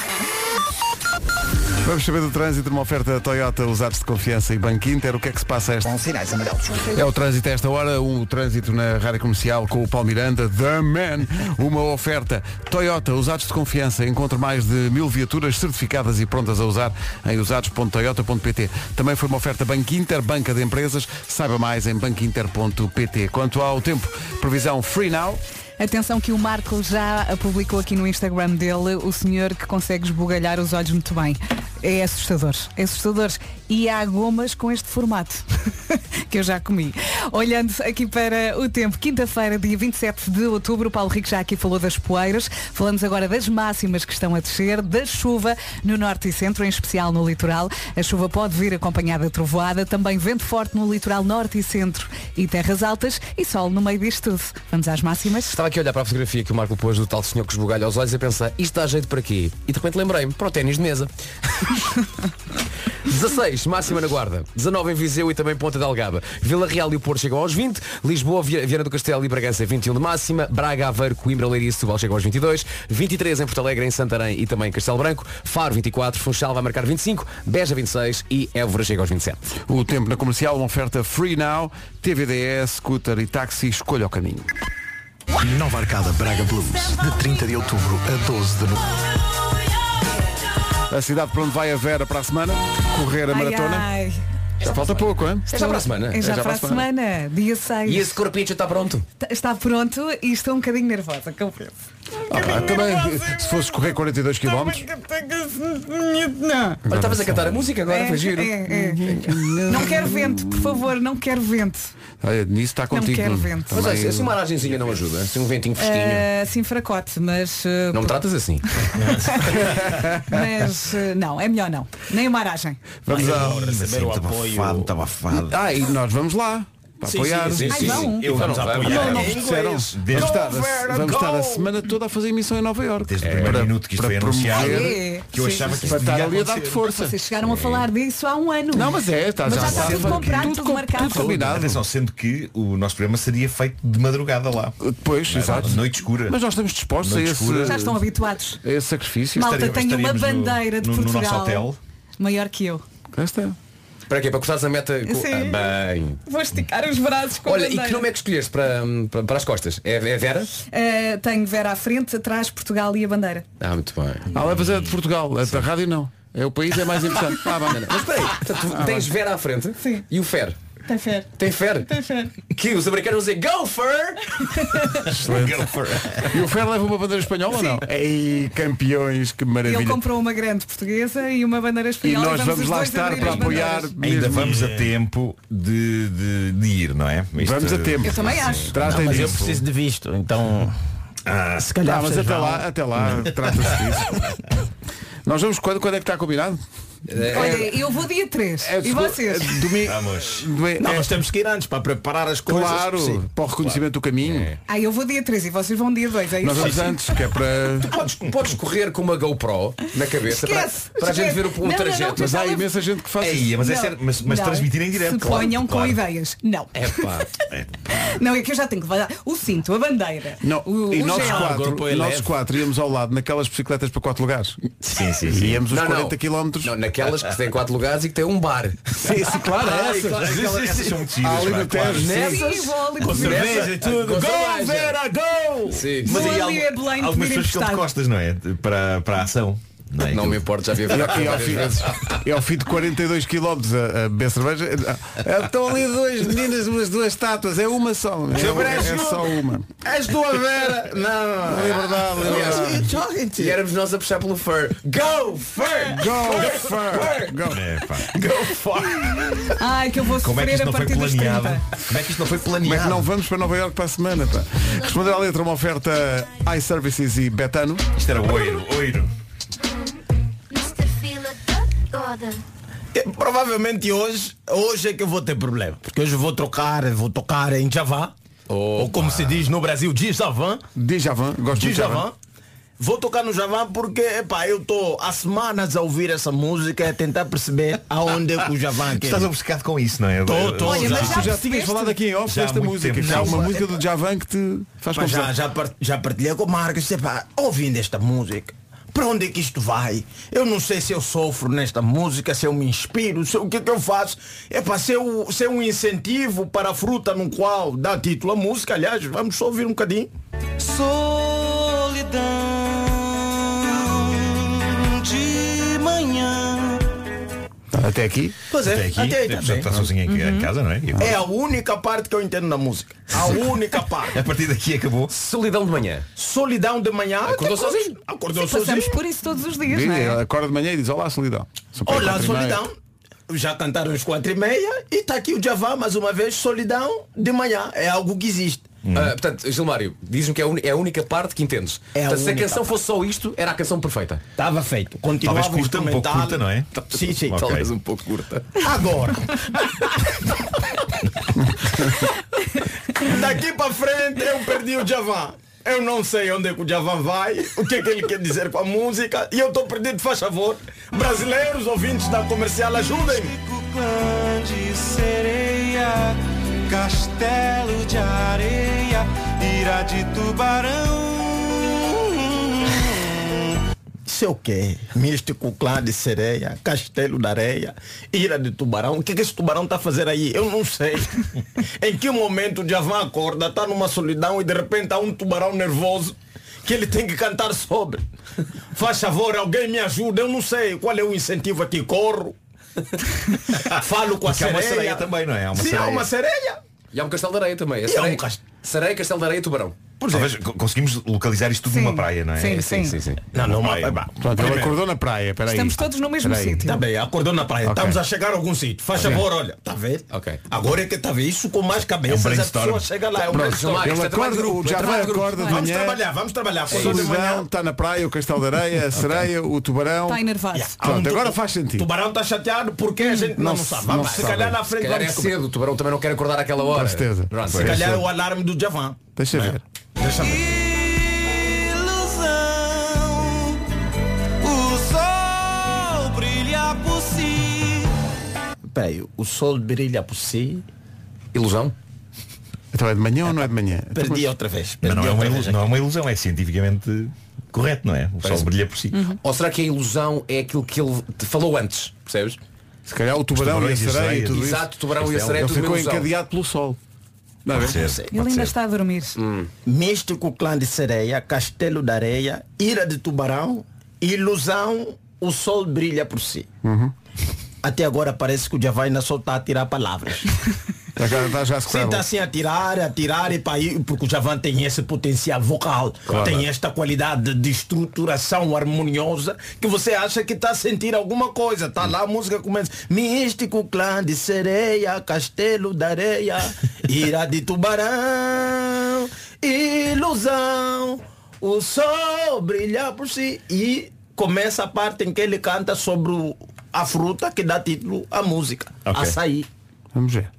Vamos saber do trânsito, uma oferta Toyota, usados de confiança e Banco Inter. O que é que se passa a esta? Com sinais amarelos. É o trânsito a esta hora, o trânsito na Rádio Comercial com o Paulo Miranda, The Man. Uma oferta Toyota, usados de confiança. Encontre mais de 1000 viaturas certificadas e prontas a usar em usados.toyota.pt. Também foi uma oferta Banco Inter, banca de empresas. Saiba mais em banquinter.pt. Quanto ao tempo, previsão Free Now. Atenção que o Marco já publicou aqui no Instagram dele o senhor que consegue esbugalhar os olhos muito bem. É assustador. É assustador. E há gomas com este formato que eu já comi. Olhando aqui para o tempo, quinta-feira, dia 27 de outubro, o Paulo Rico já aqui falou das poeiras. Falamos agora das máximas que estão a descer, da chuva no norte e centro, em especial no litoral. A chuva pode vir acompanhada de trovoada, também vento forte no litoral norte e centro e terras altas e sol no meio disto tudo. Vamos às máximas. Estava aqui a olhar para a fotografia que o Marco pôs do tal senhor que esbugalha os olhos e a pensar, isto dá jeito para quê? E de repente lembrei-me, para o ténis de mesa. 16, máxima na Guarda. 19 em Viseu e também Ponta Delgada. Vila Real e o Porto chegam aos 20. Lisboa, Viana do Castelo e Bragança 21 de máxima. Braga, Aveiro, Coimbra, Leiria e Setúbal chegam aos 22. 23 em Porto Alegre, em Santarém e também em Castelo Branco. Faro 24, Funchal vai marcar 25. Beja 26 e Évora chega aos 27. O tempo na Comercial, uma oferta Free Now, TVDS, scooter e táxi, escolha o caminho. Nova Arcada Braga Blues, de 30 de outubro a 12 de novembro. A cidade para onde vai a Vera para a semana, correr a maratona. Ai. Já falta pouco, hein? É já para a semana. É já para a semana, dia 6. E esse corpinho está pronto? Está pronto e estou um bocadinho nervosa, confesso. Também, se fosse correr 42 km. Olha, estavas a cantar a música agora, foi giro. Não quero vento, por favor, não quero vento. Olha, nisso está contigo. Não quero vento. Mas olha, assim uma aragenzinha não ajuda, assim um ventinho fresquinho. Assim fracote, mas... Não me tratas assim. Mas não, é melhor não. Nem uma aragem. Vamos ao receber o apoio. Estava fado. E nós vamos lá. Para apoiar. Sim. Eu vamos apoiar. Vamos estar a semana toda a fazer emissão em Nova Iorque. Desde o primeiro minuto que isto foi anunciado, que eu achava que para estar ali a dar de força. Vocês chegaram a falar disso há um ano. Não, mas está tudo comprado, tudo marcado. Tudo combinado. Atenção, sendo que o nosso programa seria feito de madrugada lá. Pois, exato. Noite escura. Mas nós estamos dispostos a esse... Já estão habituados. A esse sacrifício. Malta, tenho uma bandeira de Portugal. No nosso hotel. Maior que eu. Cá está. Para quê? Para cortares a meta? Sim. Bem. Vou esticar os braços com Olha, a bandeira. e que nome é que escolheste para as costas? É Vera? Tenho Vera à frente, atrás, Portugal e a bandeira. Muito bem. Levas a de Portugal, a da rádio não. É o país é mais importante. Mas espera aí, tu tens Vera à frente? Sim. E o Fer? Tem fé. Tem fé? Tem fé. Que os americanos vão dizer Go Fer! E o Fer leva uma bandeira espanhola ou não? Ei, campeões, que maravilha. Ele comprou uma grande portuguesa e uma bandeira espanhola. E nós vamos lá estar para apoiar. Ainda vamos a tempo de ir, não é? Vamos a tempo. Eu também acho. Mas eu preciso de visto, então se calhar. Mas até lá trata-se disso. Nós vamos quando é que está combinado? Olha, eu vou dia 3. E vocês? Domingo. Vamos. Não, nós temos que ir antes para preparar as coisas. Claro, para o reconhecimento do caminho. Eu vou dia 3 e vocês vão dia 2. É isso? Nós vamos antes, que é para. Podes correr com uma GoPro na cabeça para a gente ver o trajeto. Mas há imensa gente que faz isso. Mas é sério, mas transmitir em direto. Se ponham com ideias. Não. Não, é que eu já tenho que levar o cinto, a bandeira. Não, e nós quatro íamos ao lado naquelas bicicletas para 4 lugares. Sim. Íamos os 40 km. Não, naquelas que têm 4 lugares e que têm um bar. Sim, claro, essas são muito giras. Ali no Tejo. Com cerveja e tudo. Go, Vera, go! Sim. Mas aí algumas pessoas ficam de costas, não é? Para a ação. Não me importa, já vi e ao fim de 42 km a beber cerveja. Estão ali duas meninas, duas estátuas. É uma só. É só uma. És tu a Vera. Não. É verdade. E éramos nós a puxar pelo Fer. Go Fer! Go Fer! Go Fer! Ai, que eu vou sofrer a partir dos 30. Como é que isto não foi planeado? Como é que não vamos para Nova Iorque para a semana? Responder à letra uma oferta iServices e Betano. Isto era oiro. roda. Provavelmente hoje é que eu vou ter problema. Porque hoje vou tocar em Djavan. Ou como se diz no Brasil, Djavan. Djavan, gosto de Djavan. Vou tocar no Djavan porque, eu estou há semanas a ouvir essa música e a tentar perceber aonde é que o Djavan quer. Estás obcecado com isso, não é? Olha, mas tu já tinhas falado aqui em off desta música. Já há uma música do Djavan que te faz confusão. Já partilhei com o Marcos. Ouvindo esta música, para onde é que isto vai? Eu não sei se eu sofro nesta música, se eu me inspiro, o que é que eu faço? Se é um incentivo para a fruta no qual dá título à música. Aliás, vamos só ouvir um bocadinho. Solidão de manhã. Até aqui? Pois é, até aí já está sozinho aqui em casa, não é? É a única parte que eu entendo na música. A única parte. A partir daqui acabou. Solidão de manhã. Solidão de manhã. Acordou sozinho. Acordou sozinho. sozinho. Passamos por isso todos os dias, não é? Acorda de manhã e diz: olá, solidão. Olá, solidão. Já cantaram às 4h30 e está aqui o Djavan mais uma vez. Solidão de manhã. É algo que existe. Portanto, Gilmário, diz-me que é a única parte que entendes. Portanto, se a canção fosse só isto, era a canção perfeita. Estava feito. Continuava talvez curta, um pouco curta, não é? Sim, sim. Okay. Talvez um pouco curta. Agora. Daqui para frente eu perdi o Djavan. Eu não sei onde é que o Djavan vai, o que é que ele quer dizer com a música, e eu estou perdido, faz favor. Brasileiros, ouvintes da Comercial, ajudem-me. De sereia, castelo de areia, ira de tubarão. Isso é o quê? Místico clã de sereia, castelo de areia, ira de tubarão. O que esse tubarão está a fazer aí? Eu não sei. Em que momento o Djavan acorda, está numa solidão e de repente há um tubarão nervoso que ele tem que cantar sobre? Faz favor, alguém me ajuda. Eu não sei qual é o incentivo aqui. Corro. Falo com a sereia. Há uma sereia também, não é? Há uma Sim, sereia. há uma sereia. E há um castelo de areia também. Sereia, castelo de areia e tubarão. Talvez conseguimos localizar isto tudo numa praia, não é? Sim. Não, Pronto, ele acordou na praia. Peraí. Estamos todos no mesmo sítio. Está bem, acordou na praia. Estamos a chegar a algum sítio. Faz favor, olha. Está a ver? Ok. Agora é que está a ver isso com mais cabeças. A pessoa chega lá. É um brainstorm. Ele acorda, o Djavan acorda de manhã. Vamos trabalhar. Acordou de manhã. Solidão, está na praia, o castelo de areia, a sereia, o tubarão. Está enervado. Pronto, agora faz sentido. O tubarão está chateado porque a gente não sabe. Vamos, se calhar na frente. Se calhar é cedo, o tubarão também não quer acordar àquela hora. Com certeza. Se calhar é o alarme do Djavan. Deixa ver. Deixa ver. Peraí, o sol brilha por si. Ilusão? Então é de manhã ou não é de manhã? Perdi outra vez. Mas não é uma ilusão, é cientificamente correto, não é? O sol brilha por si. Ou será que a ilusão é aquilo que ele te falou antes? Percebes? Se calhar o tubarão e a sereia e tudo isso. Exato, o tubarão e a sereia. Ele ficou encadeado pelo sol. Não é? Ele ainda está a dormir. Místico clã de sereia, castelo de areia, ira de tubarão, ilusão, o sol brilha por si. Até agora parece que o Djavan ainda só está a tirar palavras. Sim, está assim a tirar e para ir, porque o Djavan tem esse potencial vocal, tem esta qualidade de estruturação harmoniosa que você acha que está a sentir alguma coisa. Está lá, a música começa. Místico clã de sereia, castelo de areia, ira de tubarão, ilusão, o sol brilha por si. E começa a parte em que ele canta sobre a fruta que dá título à música. Açaí. Vamos ver.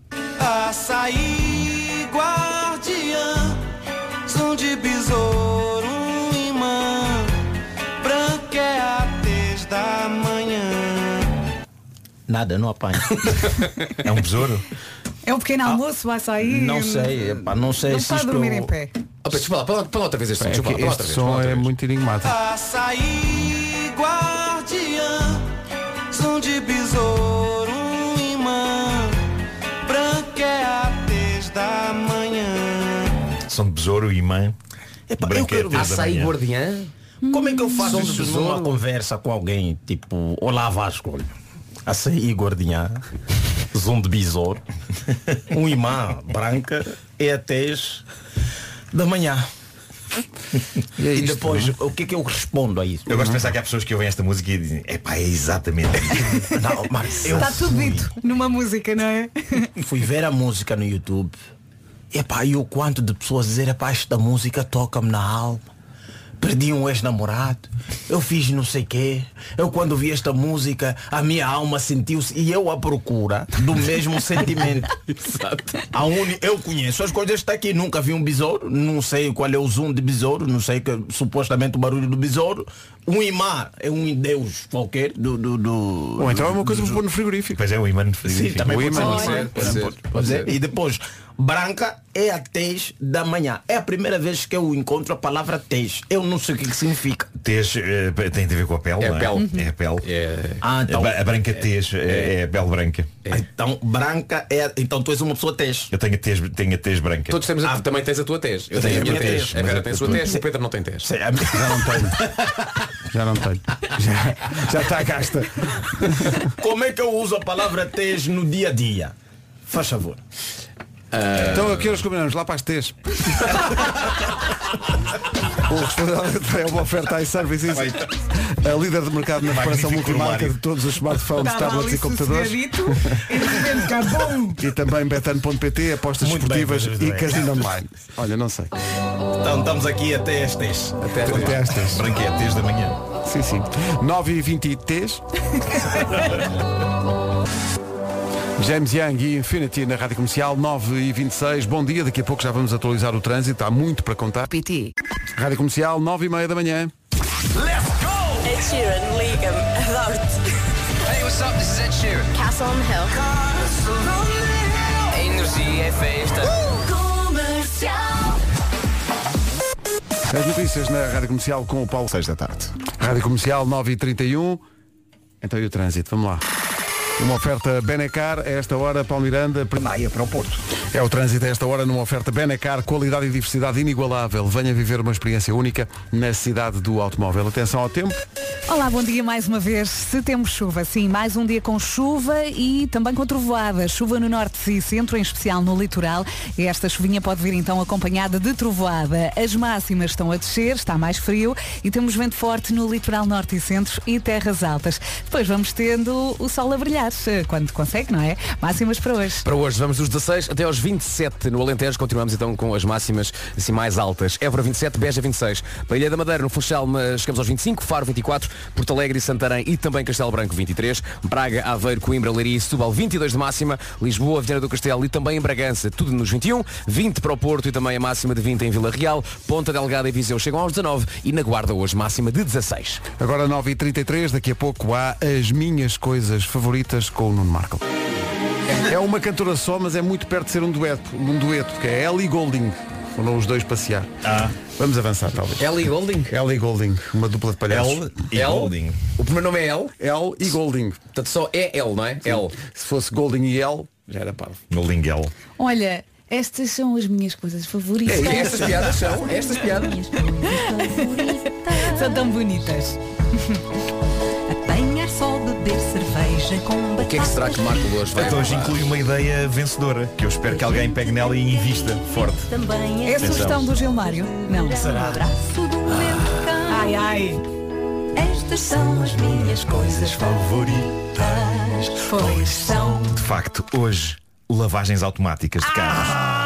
Açaí, guardiã, som de besouro, um imã, branca é a tez da manhã. Nada, não apanha. É um besouro? É um pequeno almoço, vai sair. Não sei, não sei não se está a dormir em pé. Fala outra vez este som. Este som é muito enigmático. Açaí, guardiã, som de besouro, um imã, branca é a tez da manhã. Som de besouro, imã. Eu quero ver. Açaí guardiã. Como é que eu faço isso numa conversa com alguém? Tipo, olá Vasco, açaí guardiã, som de besouro, um imã branca é a tez da manhã. E depois, o que é que eu respondo a isso? Eu gosto de pensar que há pessoas que ouvem esta música e dizem, é exatamente isso. Não, mas está tudo dito numa música, não é? Fui ver a música no YouTube. E o quanto de pessoas dizer, esta música toca-me na alma. perdi um ex-namorado, eu fiz não sei quê, eu quando vi esta música, a minha alma sentiu-se, e eu à procura do mesmo sentimento. Exato. Eu conheço as coisas, está aqui, nunca vi um besouro, não sei qual é o zoom de besouro, não sei que supostamente o barulho do besouro. Um imã é um deus qualquer Ou então é uma coisa para pôr no frigorífico. Pois é, o imã no frigorífico. Sim, também o imã. pode ser. E depois, branca é a tez da manhã. É a primeira vez que eu encontro a palavra tez. Eu não sei o que significa. Tez tem a ver com a pele, não é? Pele. É a pele. Então, a branca tez é a pele branca. Então, branca é... Então tu és uma pessoa tez. Eu tenho a tez branca. Todos temos também tens a tua tez. Eu tenho a minha tez. A Vera tem a sua tez, o Pedro não tem tez. Já não tenho. Já não tenho. Já está gasta. Como é que eu uso a palavra tez no dia a dia? Faz favor. Então aqui nós combinamos lá para as T's. O restaurante é uma oferta iServices, a líder de mercado na reparação multimarca de todos os smartphones, tablets e computadores. E também betano.pt, apostas esportivas e casino online. Olha, não sei. Então estamos aqui até às T's. Até às T's. Branca é a tez da manhã. Sim, sim. 9h20 T's. James Young e Infinity na Rádio Comercial, 9h26. Bom dia, daqui a pouco já vamos atualizar o trânsito, há muito para contar. PT. Rádio Comercial, 9h30 da manhã. Ed Sheeran, liga-me, adoro-te. Hey, what's up? This is Ed Sheeran. Castle on the Hill. A energia é festa. Comercial. As notícias na Rádio Comercial com o Paulo 6 da tarde. Rádio Comercial 9h31. Então e o trânsito, vamos lá. Uma oferta Benecar, a esta hora, Paulo Miranda. Maia para o Porto. É o trânsito a esta hora numa oferta Benecar, qualidade e diversidade inigualável. Venha viver uma experiência única na cidade do automóvel. Atenção ao tempo. Olá, bom dia mais uma vez. Se temos chuva, sim, mais um dia com chuva e também com trovoada. Chuva no norte e centro, em especial no litoral. E esta chuvinha pode vir então acompanhada de trovoada. As máximas estão a descer, está mais frio e temos vento forte no litoral norte e centro e terras altas. Depois vamos tendo o sol a brilhar, quando consegue, não é? Máximas para hoje. Para hoje vamos dos 16 até aos 27 no Alentejo. Continuamos então com as máximas assim mais altas. Évora 27, Beja 26. Para a Ilha da Madeira, no Funchal, chegamos aos 25. Faro 24. Porto Alegre e Santarém e também Castelo Branco 23. Braga, Aveiro, Coimbra, Leiria e Setúbal 22 de máxima. Lisboa, Viana do Castelo e também em Bragança, tudo nos 21. 20 para o Porto e também a máxima de 20 em Vila Real. Ponta Delgada e Viseu chegam aos 19 e na Guarda hoje máxima de 16. Agora 9h33, daqui a pouco há as minhas coisas favoritas com o Nuno Marco. É uma cantora só, mas é muito perto de ser um dueto, que é Ellie Goulding. Foram os dois passear. Vamos avançar, talvez. Ellie Goulding? Ellie Goulding, uma dupla de palhaços. Goulding. O primeiro nome é L? L e Goulding. Portanto só é L, não é? Sim. L. Se fosse Goulding e L, já era parvo. Goulding L. Olha, estas são as minhas coisas favoritas. Estas piadas são? Estas piadas? São tão bonitas. Apanhar só, beber cerveja com O que é que será que Marco hoje vai? Então hoje inclui uma ideia vencedora, que eu espero que alguém pegue nela e invista forte. É a sugestão do Gilmário? Não. Será? Ai, ai. Estas são as minhas coisas favoritas. Pois são. De facto, hoje, lavagens automáticas de carros.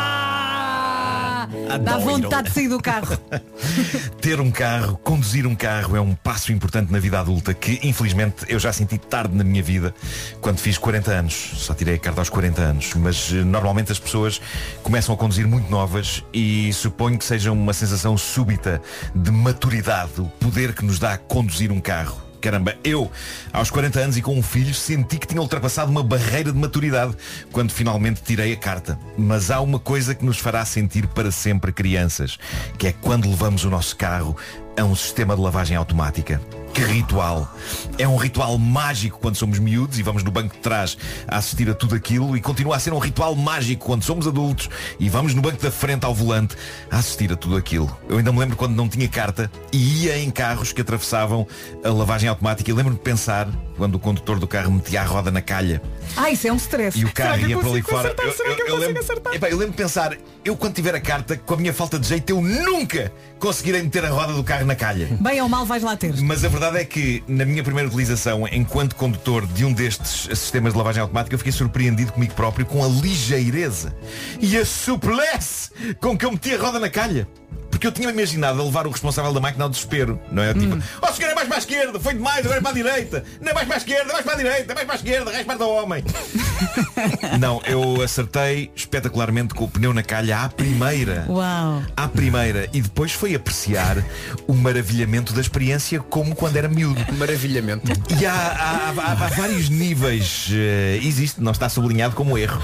Dá vontade de sair do carro. Ter um carro, conduzir um carro é um passo importante na vida adulta que, infelizmente, eu já senti tarde na minha vida quando fiz 40 anos. Só tirei a carta aos 40 anos. Mas normalmente as pessoas começam a conduzir muito novas e suponho que seja uma sensação súbita de maturidade, o poder que nos dá conduzir um carro. Caramba, eu, aos 40 anos e com um filho, senti que tinha ultrapassado uma barreira de maturidade quando finalmente tirei a carta. Mas há uma coisa que nos fará sentir para sempre crianças, que é quando levamos o nosso carro a um sistema de lavagem automática. Que ritual! É um ritual mágico quando somos miúdos e vamos no banco de trás a assistir a tudo aquilo, e continua a ser um ritual mágico quando somos adultos e vamos no banco da frente ao volante a assistir a tudo aquilo. Eu ainda me lembro quando não tinha carta e ia em carros que atravessavam a lavagem automática, e lembro-me de pensar quando o condutor do carro metia a roda na calha. Isso é um stress. E o carro ia para ali fora. Eu lembro de pensar, eu quando tiver a carta, com a minha falta de jeito, eu nunca conseguirei meter a roda do carro na calha. Bem ou mal vais lá ter. Mas a verdade é que na minha primeira utilização enquanto condutor de um destes sistemas de lavagem automática, eu fiquei surpreendido comigo próprio com a ligeireza e a suplesse com que eu meti a roda na calha. Porque Porque eu tinha imaginado a levar o responsável da máquina ao desespero, não é? Tipo, ó senhor, é mais para a esquerda, foi demais, agora é para a direita. Não é mais para a esquerda, é mais para a direita, é mais para a esquerda, respeita ao homem. Não, eu acertei espetacularmente com o pneu na calha à primeira. Uau. À primeira. E depois foi apreciar o maravilhamento da experiência como quando era miúdo. Maravilhamento. E há vários níveis. Existe, não está sublinhado como erro.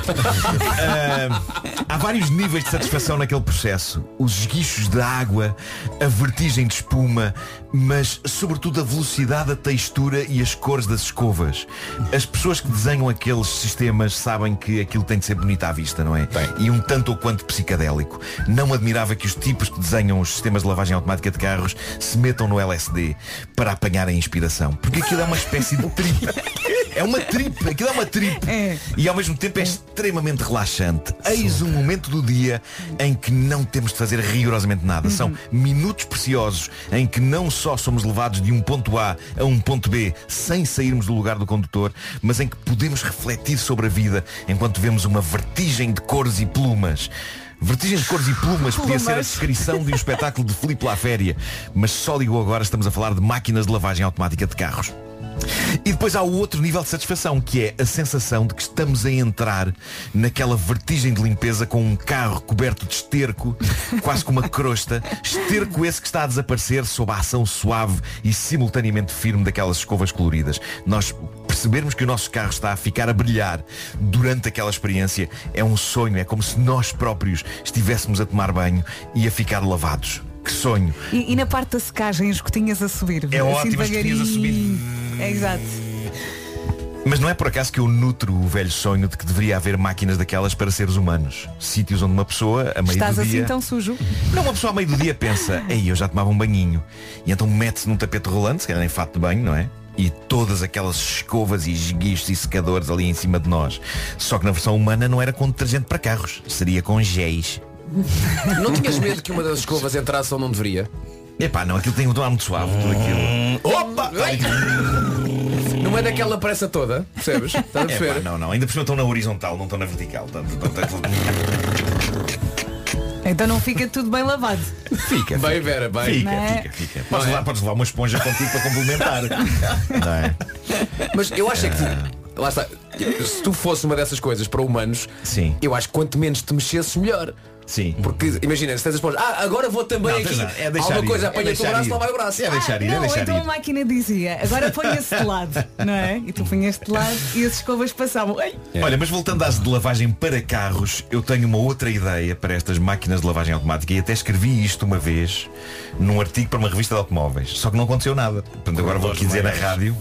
Há vários níveis de satisfação naquele processo. Os esguichos de água, a vertigem de espuma, mas sobretudo a velocidade, a textura e as cores das escovas. As pessoas que desenham aqueles sistemas sabem que aquilo tem de ser bonito à vista, não é? E um tanto ou quanto psicadélico. Não me admirava que os tipos que desenham os sistemas de lavagem automática de carros se metam no LSD para apanhar a inspiração. Porque aquilo é uma espécie de trip. É uma trip, aquilo é uma trip. E ao mesmo tempo é extremamente relaxante. Eis um momento do dia em que não temos de fazer rigorosamente nada. São minutos preciosos em que não só somos levados de um ponto A a um ponto B sem sairmos do lugar do condutor, mas em que podemos refletir sobre a vida enquanto vemos uma vertigem de cores e plumas. Vertigem de cores e plumas podia ser a descrição de um espetáculo de Filipe Laféria, mas só digo agora, estamos a falar de máquinas de lavagem automática de carros. E depois há o outro nível de satisfação, que é a sensação de que estamos a entrar naquela vertigem de limpeza com um carro coberto de esterco, quase com uma crosta. Esterco esse que está a desaparecer sob a ação suave e simultaneamente firme daquelas escovas coloridas. Nós percebermos que o nosso carro está a ficar a brilhar durante aquela experiência é um sonho. É como se nós próprios estivéssemos a tomar banho e a ficar lavados. Que sonho. E na parte da secagem, as gotinhas a subir. É assim ótimo, as gotinhas a subir. É exato. Mas não é por acaso que eu nutro o velho sonho de que deveria haver máquinas daquelas para seres humanos. Sítios onde uma pessoa, a meio Estás do dia... assim tão sujo? Não, uma pessoa a meio do dia pensa, ei, eu já tomava um banhinho. E então mete-se num tapete rolante, se calhar em fato de banho, não é? E todas aquelas escovas e esguichos e secadores ali em cima de nós. Só que na versão humana não era com detergente para carros, seria com géis. Não tinhas medo que uma das escovas entrasse onde não deveria? Epá, não, aquilo tem um tom muito suave, tudo aquilo. Opa! Não é daquela pressa toda, percebes? Estás a perceber? Epá, não, ainda por cima estão na horizontal, não estão na vertical. Então não fica tudo bem lavado. Fica. Bem, Vera, bem. Fica. Podes levar uma esponja contigo para complementar. Não é? Mas eu acho que lá está, se tu fosse uma dessas coisas para humanos, sim, eu acho que quanto menos te mexesses, melhor. Sim. Porque imagina, se tens a esponja, agora vou também aqui. Alguma coisa apanha-te o braço, lá vai o braço. É deixar ir, não, é deixar então ir. a máquina dizia, agora ponha-se de lado, não é? E tu punhas-te de lado e as escovas passavam. Ei. Olha, mas voltando às de lavagem para carros, eu tenho uma outra ideia para estas máquinas de lavagem automática e até escrevi isto uma vez num artigo para uma revista de automóveis. Só que não aconteceu nada. Portanto, agora vou aqui dizer na rádio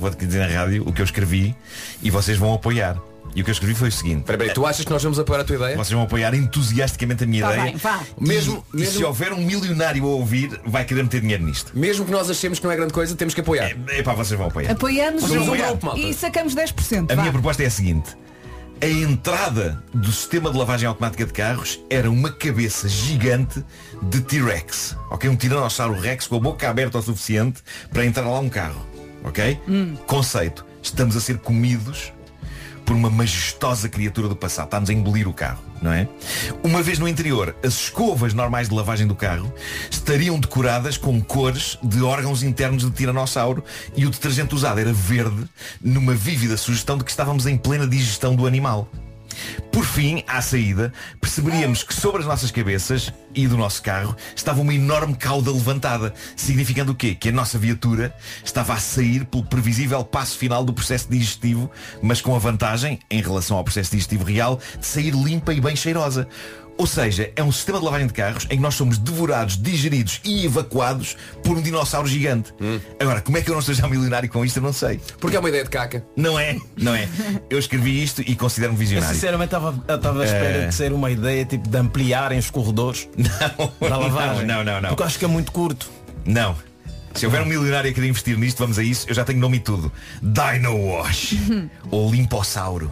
o que eu escrevi e vocês vão apoiar. E o que eu escrevi foi o seguinte. Peraí, tu achas que nós vamos apoiar a tua ideia? Vocês vão apoiar entusiasticamente a minha ideia. Bem, vá. E se houver um milionário a ouvir, vai querer meter dinheiro nisto. Mesmo que nós achemos que não é grande coisa, temos que apoiar. Epá, vocês vão apoiar. Apoiamos Vocês vão apoiar. e sacamos 10%. A minha proposta é a seguinte. A entrada do sistema de lavagem automática de carros era uma cabeça gigante de T-Rex. Ok? Um tiranossauro Rex com a boca aberta o suficiente para entrar lá um carro. Ok? Conceito. Estamos a ser comidos por uma majestosa criatura do passado. Está-nos a engolir o carro, não é? Uma vez no interior, as escovas normais de lavagem do carro estariam decoradas com cores de órgãos internos de tiranossauro e o detergente usado era verde, numa vívida sugestão de que estávamos em plena digestão do animal. Por fim, à saída, perceberíamos que sobre as nossas cabeças e do nosso carro estava uma enorme cauda levantada, significando o quê? Que a nossa viatura estava a sair pelo previsível passo final do processo digestivo, mas com a vantagem, em relação ao processo digestivo real, de sair limpa e bem cheirosa. Ou seja, é um sistema de lavagem de carros em que nós somos devorados, digeridos e evacuados por um dinossauro gigante. Agora, como é que eu não estou já milionário com isto? Eu não sei. Porque é uma ideia de caca. Não é, não é. Eu escrevi isto e considero-me visionário. Eu sinceramente estava à espera de ser uma ideia tipo de ampliarem os corredores da lavagem. Não. Porque eu acho que é muito curto. Não. Se houver um milionário a querer investir nisto, vamos a isso. Eu já tenho nome e tudo. Dino Wash. Ou Limpossauro.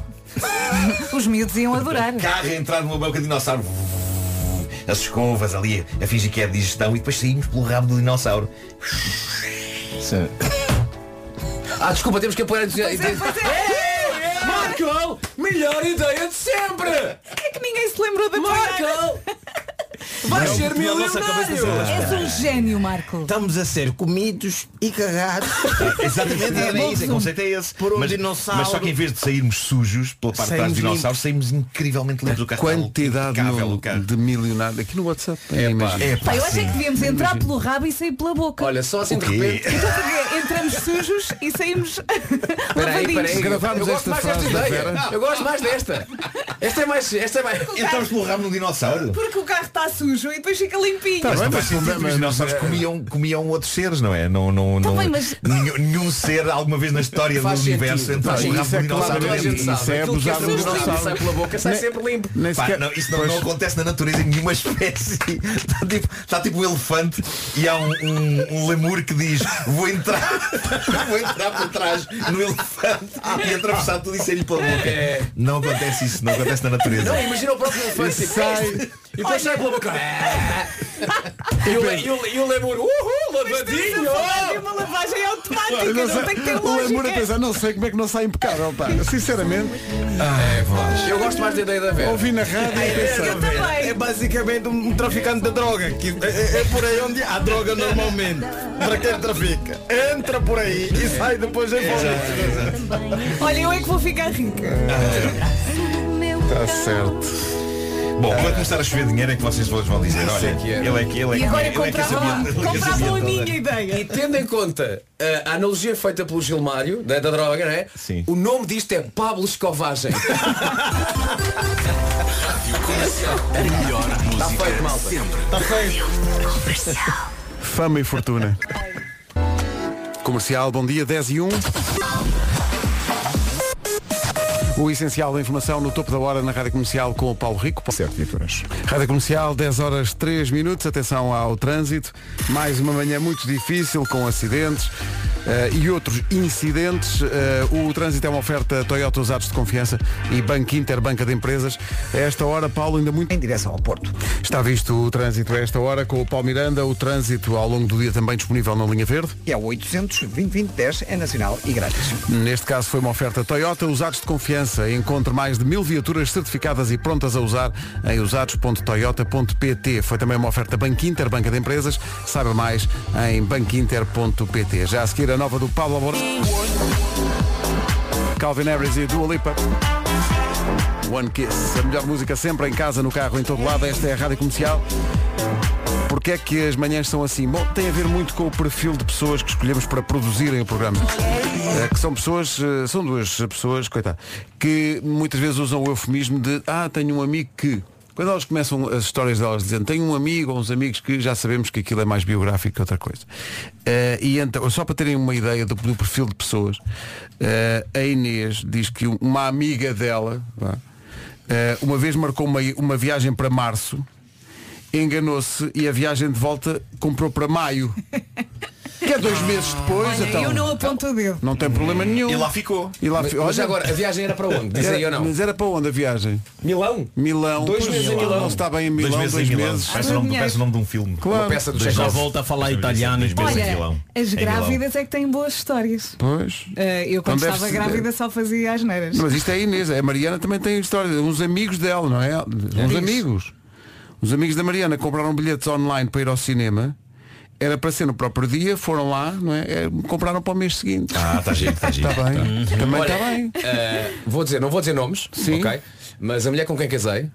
Os miúdos iam adorar. Carro a entrar numa boca de dinossauro. As escovas ali a fingir que é digestão e depois saímos pelo rabo do dinossauro. Sim. Desculpa, temos que apoiar a ideia. Marco! Melhor ideia de sempre! É que ninguém se lembrou da Marco! Vai Não, ser na nossa cabeça milionário. És um gênio, Marco. Estamos a ser comidos e cagados. Exatamente, é isso, o conceito é esse. Por um dinossauro. Mas só que em vez de sairmos sujos pela parte de trás do Saímos dinossauro, saímos incrivelmente limpos. O carro Quantidade impecável, o carro. de milionário. Aqui no WhatsApp. Pá, eu acho é que devíamos entrar pelo rabo e sair pela boca. Olha, só assim de repente. Então porque entramos sujos e saímos lavadinhos. Gravámos Eu esta gosto mais frase desta da ideia. Vera. Eu gosto mais desta. Esta é mais. Entramos pelo rabo no dinossauro. Porque o carro está sujo e depois fica limpinho. Mas não bem, faz sentido, os dinossauros comiam outros seres, não é? bem, mas- Nenhum ser alguma vez na história do Faz universo sentido. entrou pelo rabo Isso do é dinossauro. claro, isso é Aquilo que abusar do entra pelo rabo e sai dinossauro. pela boca, sai Nem- sempre limpo. Nem Pá, sequer- não, isso não, pois. não acontece na natureza em nenhuma espécie. Está tipo um elefante e há um lemur que diz vou entrar por trás no elefante e atravessar tudo e sair-lhe pela boca. Não acontece isso, não acontece na natureza. Não, imagina o próprio elefante. tipo, Sai. E depois sai pela boca. E o lemur, lavadinho. É uma lavagem automática, não tem que ter O lemur a lógica. pensar, não sei como é que não sai impecável, pá. Sinceramente, Eu gosto mais da ideia da Vera. ouvi na rádio e pensei, Eu também. É basicamente um traficante de droga. Que é por aí onde há droga normalmente. Para quem trafica. Entra por aí e sai depois em volta. Olha, eu é que vou ficar rica. está certo. Bom, quando começar a chover dinheiro é que vocês vão dizer, olha, ele é que E agora ele é que sabia compravam a minha E ideia. tendo em conta a analogia feita pelo Gilmário, da droga, não é? Sim. O nome disto é Pablo Escovagem. A melhor música Está feito, malta. sempre. Está feito. Fama e fortuna. Comercial, bom dia, 10 e 1. O essencial da informação no topo da hora na Rádio Comercial com o Paulo Rico. Certo, editoras. Rádio Comercial, 10 horas 3 minutos. Atenção ao trânsito. Mais uma manhã muito difícil com acidentes e outros incidentes. O trânsito é uma oferta Toyota usados de confiança e Banco Inter, banca de empresas. A esta hora, Paulo, ainda muito... Em direção ao Porto. Está visto o trânsito a esta hora com o Paulo Miranda. O trânsito ao longo do dia também disponível na linha verde. E é o 800-2020-10, é nacional e grátis. Neste caso foi uma oferta Toyota, usados de confiança. Encontre mais de 1000 viaturas certificadas e prontas a usar em usados.toyota.pt. Foi também uma oferta Banco Inter, banca de empresas. Saiba mais em banquinter.pt. Já a seguir a nova do Pablo Amor. Calvin Harris e Dua Lipa. One Kiss. A melhor música sempre em casa, no carro, em todo lado. Esta é a Rádio Comercial. Porque é que as manhãs são assim? Bom, tem a ver muito com o perfil de pessoas que escolhemos para produzirem o programa. Que são pessoas, são duas pessoas, coitado, que muitas vezes usam o eufemismo de tenho um amigo que... Quando elas começam as histórias delas dizendo tenho um amigo ou uns amigos que já sabemos que aquilo é mais biográfico que outra coisa. E então, só para terem uma ideia do perfil de pessoas, a Inês diz que uma amiga dela uma vez marcou uma viagem para março, enganou-se e a viagem de volta comprou para maio. Que é 2 meses depois. Olha, então, eu não aponto o dedo. não tem problema nenhum. E lá ficou. Mas agora, a viagem era para onde? Diz aí ou não? Mas era para onde a viagem? Milão? Milão. 2 meses em Milão. Não está bem em Milão, 2 meses. Parece o nome de um filme. Claro. Uma peça do Já Chekhov. volta a falar italiano e Olha, em Milão. as Em grávidas é que têm boas histórias. Pois. Eu quando Não deve estava ser- grávida só fazia asneiras. Mas isto é a Inês. A Mariana também tem história. Uns amigos dela, não é? Uns amigos. Os amigos da Mariana compraram bilhetes online para ir ao cinema. Era para ser no próprio dia, foram lá, não é? Compraram para o mês seguinte. Está giro, está giro. Está bem. Também Olha, está bem. não vou dizer nomes, Sim. ok? Mas a mulher com quem casei,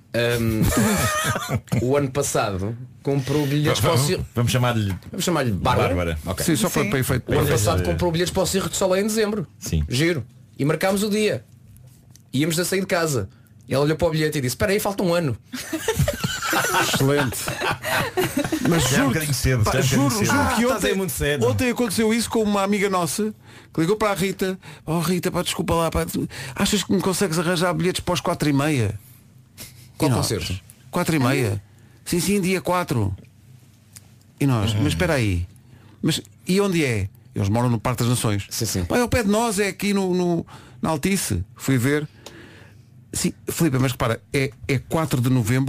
o ano passado, comprou bilhetes para o circo. Vamos chamar-lhe Bárbara. Ok. Sim, só para efeito. O ano passado comprou bilhetes para o Circo de Soleil em dezembro. Sim. Giro. E marcámos o dia. Íamos a sair de casa. E ela olhou para o bilhete e disse, espera aí, falta um ano. Excelente. Mas Já é um bocadinho cedo. já é um juro bocadinho cedo. que estás aí muito cedo. ontem aconteceu isso com uma amiga nossa que ligou para a Rita. Oh Rita, pá, desculpa lá, pá, achas que me consegues arranjar bilhetes para os 4h30? Qual E nós, concerto? 4h30? Sim, dia 4. E nós, mas espera aí. Mas e onde é? Eles moram no Parque das Nações. Sim. Pá, é ao pé de nós, é aqui na Altice. Fui ver. Sim, Filipe, mas repara, é 4 de novembro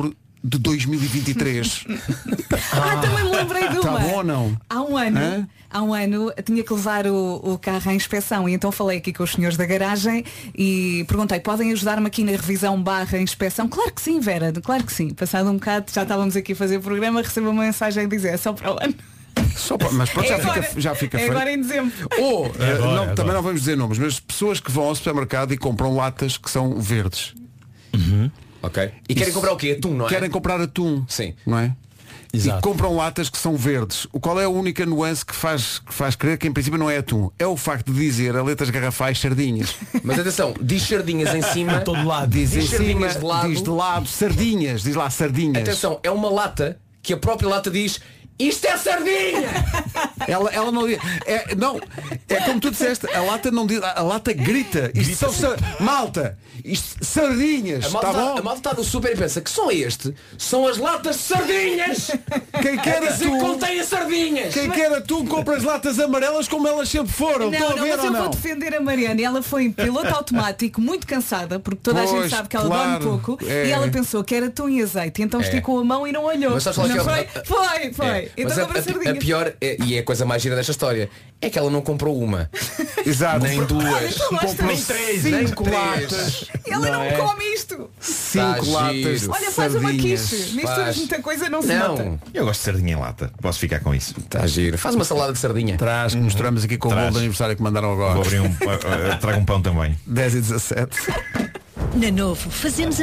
de 2023. Também me lembrei de uma. Tá bom ou não? Há um ano tinha que levar o carro à inspeção e então falei aqui com os senhores da garagem e perguntei, podem ajudar-me aqui na revisão / inspeção? Claro que sim, Vera, claro que sim. Passado um bocado, já estávamos aqui a fazer o programa, recebo uma mensagem a dizer, é só para o ano. Mas pronto, já fica feio. Agora em dezembro. Também não vamos dizer nomes, mas pessoas que vão ao supermercado e compram latas que são verdes. Ok. E querem comprar o quê? Atum, não é? Querem comprar atum. Sim. Não é? Exato. E compram latas que são verdes. Qual é a única nuance que faz crer que em princípio não é atum? É o facto de dizer a letras garrafais sardinhas. Mas atenção, diz sardinhas em cima. Todo lado. Diz em sardinhas cima, de lado. diz de lado, sardinhas. Diz lá sardinhas. Atenção, é uma lata que a própria lata diz isto é sardinha! Ela não diz. Não, é como tu disseste, a lata não diz. A lata grita. Isto são malta! Isto, sardinhas! A malta, tá bom? a malta está no super e pensa que som é este? São as latas de sardinhas! Quem quer atum contém as sardinhas! Quem quer atum compra as latas amarelas como elas sempre foram. Não, Estão a ver mas ou eu não? vou defender a Mariana. Ela foi em piloto automático, muito cansada, porque toda a gente sabe que ela dorme pouco, e ela pensou que era atum e azeite, e então esticou a mão e não olhou. Mas sabes não qual é foi. Então mas compra sardinhas. a pior, e é a coisa mais gira desta história, é que ela não comprou uma. Exato. Nem duas. Comprou nem três. 5 latas. Ela não come isto. 5 latas de Olha, faz uma sardinhas. quiche. Misturas muita coisa, não se nota. Eu gosto de sardinha em lata. Posso ficar com isso. Está giro. Faz uma salada de sardinha. Traz, que misturamos aqui com o bolo de aniversário que mandaram agora. Vou abrir trago um pão também. 10 e 17. Na Novo, fazemos a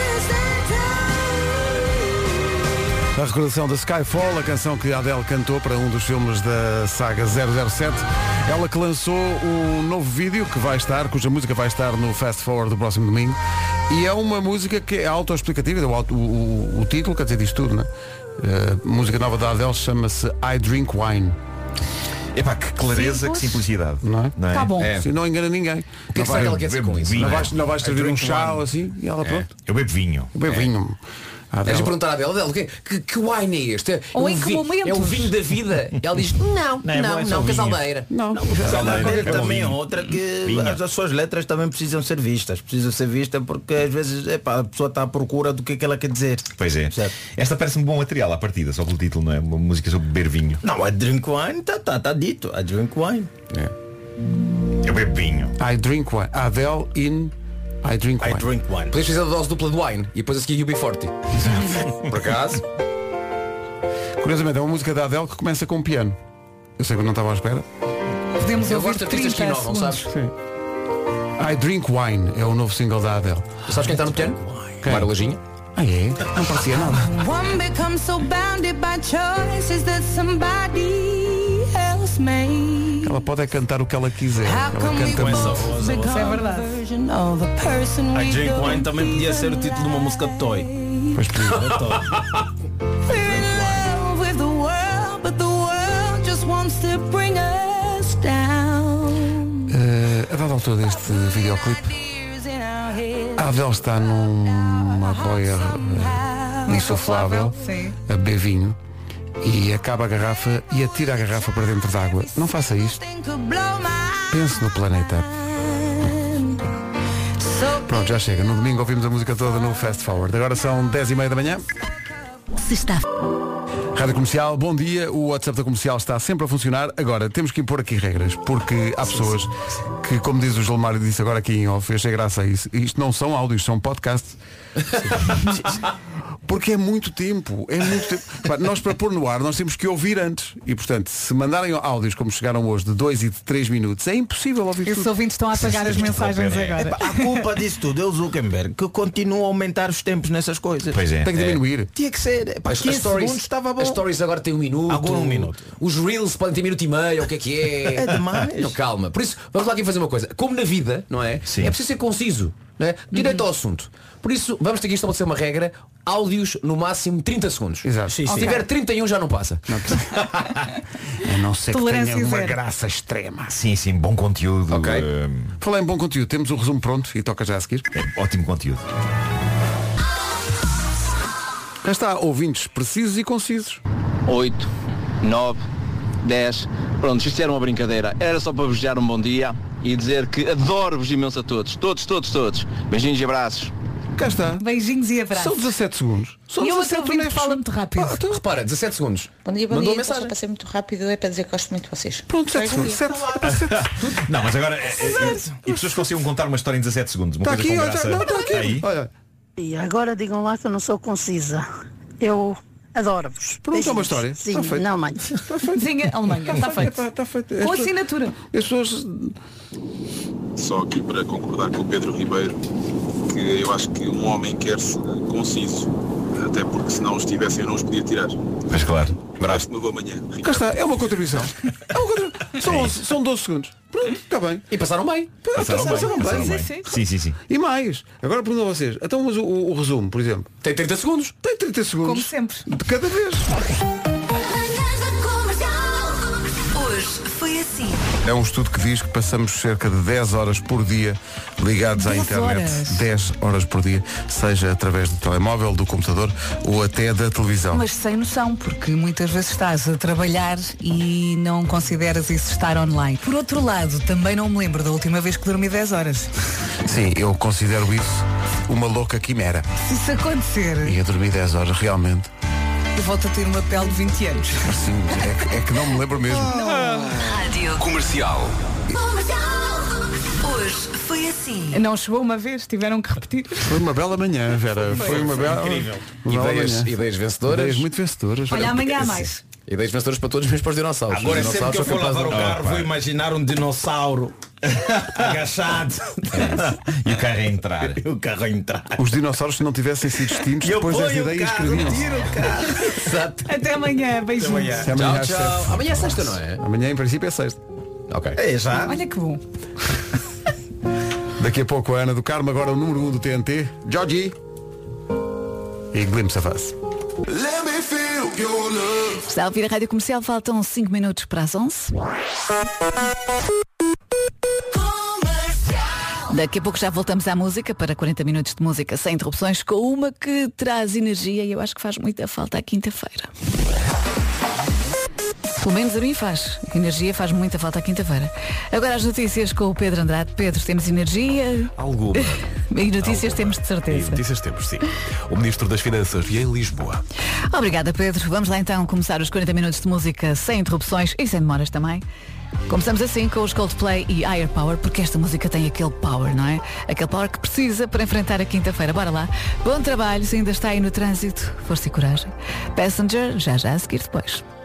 A recordação da Skyfall, a canção que a Adele cantou para um dos filmes da saga 007. Ela que lançou um novo vídeo cuja música vai estar no Fast Forward do próximo domingo. E é uma música que é autoexplicativa, o título quer dizer diz tudo, não é? A música nova da Adele chama-se I Drink Wine. Epá, que clareza, que simplicidade. Não é? Não é? Tá bom. Assim, não engana ninguém. O que será que ela quer dizer com isso? Não vais servir um chá ou assim e ela pronto. Eu bebo vinho. Eu bebo vinho. Tens de perguntar à Adele, que wine é este? Ou em que momento? É o vinho da vida. Ela diz, não, casaldeira. Não, É também outra que as suas letras também precisam ser vistas. Precisam ser vistas porque às vezes a pessoa está à procura do que ela quer dizer. Pois é. Certo. Esta parece-me bom material à partida, só pelo título, não é? Uma música sobre beber vinho. Não, I drink wine, tá dito. I drink wine. Eu bebo vinho. I drink wine. Adele in I drink wine. Podes fazer a dose dupla de wine e depois a seguir UB40. Por acaso? Curiosamente é uma música da Adele que começa com um piano. Eu sei que eu não estava à espera. Podemos Eu ouvir gosto de artistas que 30 inovam, segundos. sabes? Sim. I Drink Wine é o novo single da Adele. Sabes quem está no piano? Quem? Mário Lajinha. Ah é? Não parecia nada. One becomes so bounded by choices that somebody else made. Ela pode é cantar o que ela quiser. Ela canta mal. Isso é verdade. I drink wine também podia ser o título de uma música de Toy. Pois podia. A dada altura deste videoclipe, a Adele está numa boia insuflável, Sim. a beber vinho, e acaba a garrafa e atira a garrafa para dentro d'água. Não faça isto. Pense no planeta. Pronto, já chega. No domingo ouvimos a música toda no Fast Forward. Agora são 10h30 da manhã. Se está. Rádio Comercial, bom dia. O WhatsApp da Comercial está sempre a funcionar. Agora, temos que impor aqui regras, porque há pessoas que, como diz o Gilmário, disse agora aqui em off, eu achei graça a isso. Isto não são áudios, são podcasts. Porque é muito tempo. Pá, nós para pôr no ar, nós temos que ouvir antes. E, portanto, se mandarem áudios como chegaram hoje, de 2 e de 3 minutos, é impossível ouvir Esses tudo. ouvintes estão a apagar as mensagens agora. A culpa disso tudo é o Zuckerberg, que continua a aumentar os tempos nessas coisas. Pois é. Tem que diminuir. Tinha que ser. 15 segundos estava bom. As stories agora têm 1 minuto. Agora 1 minuto. Os reels podem ter 1 minuto e meio. O que é? É demais. Não, calma. Por isso, vamos lá aqui fazer uma coisa. Como na vida, não é? Sim. É preciso ser conciso. Não é? Direito ao assunto. Por isso, vamos ter que estabelecer uma regra. Áudios no máximo 30 segundos. Exato. Se tiver 31 já não passa. A não ser que Tolerância tenha uma zero. graça extrema. Sim, bom conteúdo. Ok. Falar em bom conteúdo, temos o resumo pronto e toca já a seguir. Ótimo conteúdo. Já está, ouvintes precisos e concisos. 8, 9, 10. Pronto, isto era uma brincadeira. Era só para vos desejar um bom dia e dizer que adoro-vos imenso a todos. Todos. Beijinhos e abraços. Cá está. Beijinhos e abraços. São 17 segundos. São E eu 17 ouvi que fala muito rápido. Repara, 17 segundos. Bom dia, Mandou dia. mensagem. Passei muito rápido, é para dizer que gosto muito de vocês. Pronto, 7 segundos. 7. Não, mas agora e pessoas conseguem contar uma história em 17 segundos. Uma Está coisa aqui, com olha, graça. não, está aqui. Aí. Olha. E agora digam lá que eu não sou concisa. Eu adoro-vos. Pronto, é uma história. Sim, Está feito. não, mãe. Está feito. Sim, Alemanha. Está feito. Está feito. Com assinatura. As pessoas... Só aqui para concordar com o Pedro Ribeiro, que eu acho que um homem quer-se conciso, até porque se não estivessem eu não os podia tirar. Mas claro. Bravo. Uma boa manhã. Cá está, é uma contribuição. São 12 segundos. Pronto, está bem. E passaram bem. Passaram bem. Sim. E mais, agora pergunto a vocês, então mas o resumo, por exemplo. Tem 30 segundos. Tem 30 segundos. Como sempre. De cada vez. Hoje foi assim. É um estudo que diz que passamos cerca de 10 horas por dia ligados à 10 internet. horas. 10 horas por dia, seja através do telemóvel, do computador ou até da televisão. Mas sem noção, porque muitas vezes estás a trabalhar e não consideras isso estar online. Por outro lado, também não me lembro da última vez que dormi 10 horas. Sim, eu considero isso uma louca quimera. Se isso acontecer, E a dormir 10 horas realmente. eu volto a ter uma pele de 20 anos. Sim, é que não me lembro mesmo. Rádio Comercial. Hoje foi assim. Não chegou uma vez, tiveram que repetir. Foi uma bela manhã, Vera. Foi uma bela. Incrível. Uma bela manhã. Ideias vencedoras. Ideias muito vencedoras. Olha, amanhã há mais. Ideias vencedoras para todos, menos para os dinossauros. Agora Os sempre que eu dinossauros for são lavar o capazes carro, vou imaginar um dinossauro agachado. E o carro a entrar. E o carro a entrar. Os dinossauros, se não tivessem sido extintos, E eu depois das ponho o ideias carro, escreviam. tiro o carro. Exato. Até amanhã, beijinhos. Até amanhã às Tchau, 7. tchau. Amanhã é sexta, não é? Amanhã em princípio é sexta. Ok. É já. Olha que bom. Daqui a pouco a Ana do Carmo, agora o número 1 do TNT, Georgie e Glimpse of Us. Está a ouvir a Rádio Comercial, faltam 5 minutos para as 11. Daqui a pouco já voltamos à música para 40 minutos de música sem interrupções, com uma que traz energia e eu acho que faz muita falta à quinta-feira. Pelo menos a mim faz. A energia faz muita falta à quinta-feira. Agora as notícias com o Pedro Andrade. Pedro, temos energia? Alguma. E notícias temos de certeza. E notícias temos, sim. O Ministro das Finanças e em Lisboa. Obrigada, Pedro. Vamos lá então começar os 40 minutos de música sem interrupções e sem demoras também. Começamos assim com os Coldplay e Higher Power, porque esta música tem aquele power, não é? Aquele power que precisa para enfrentar a quinta-feira. Bora lá. Bom trabalho, se ainda está aí no trânsito. Força e coragem. Passenger, já a seguir depois.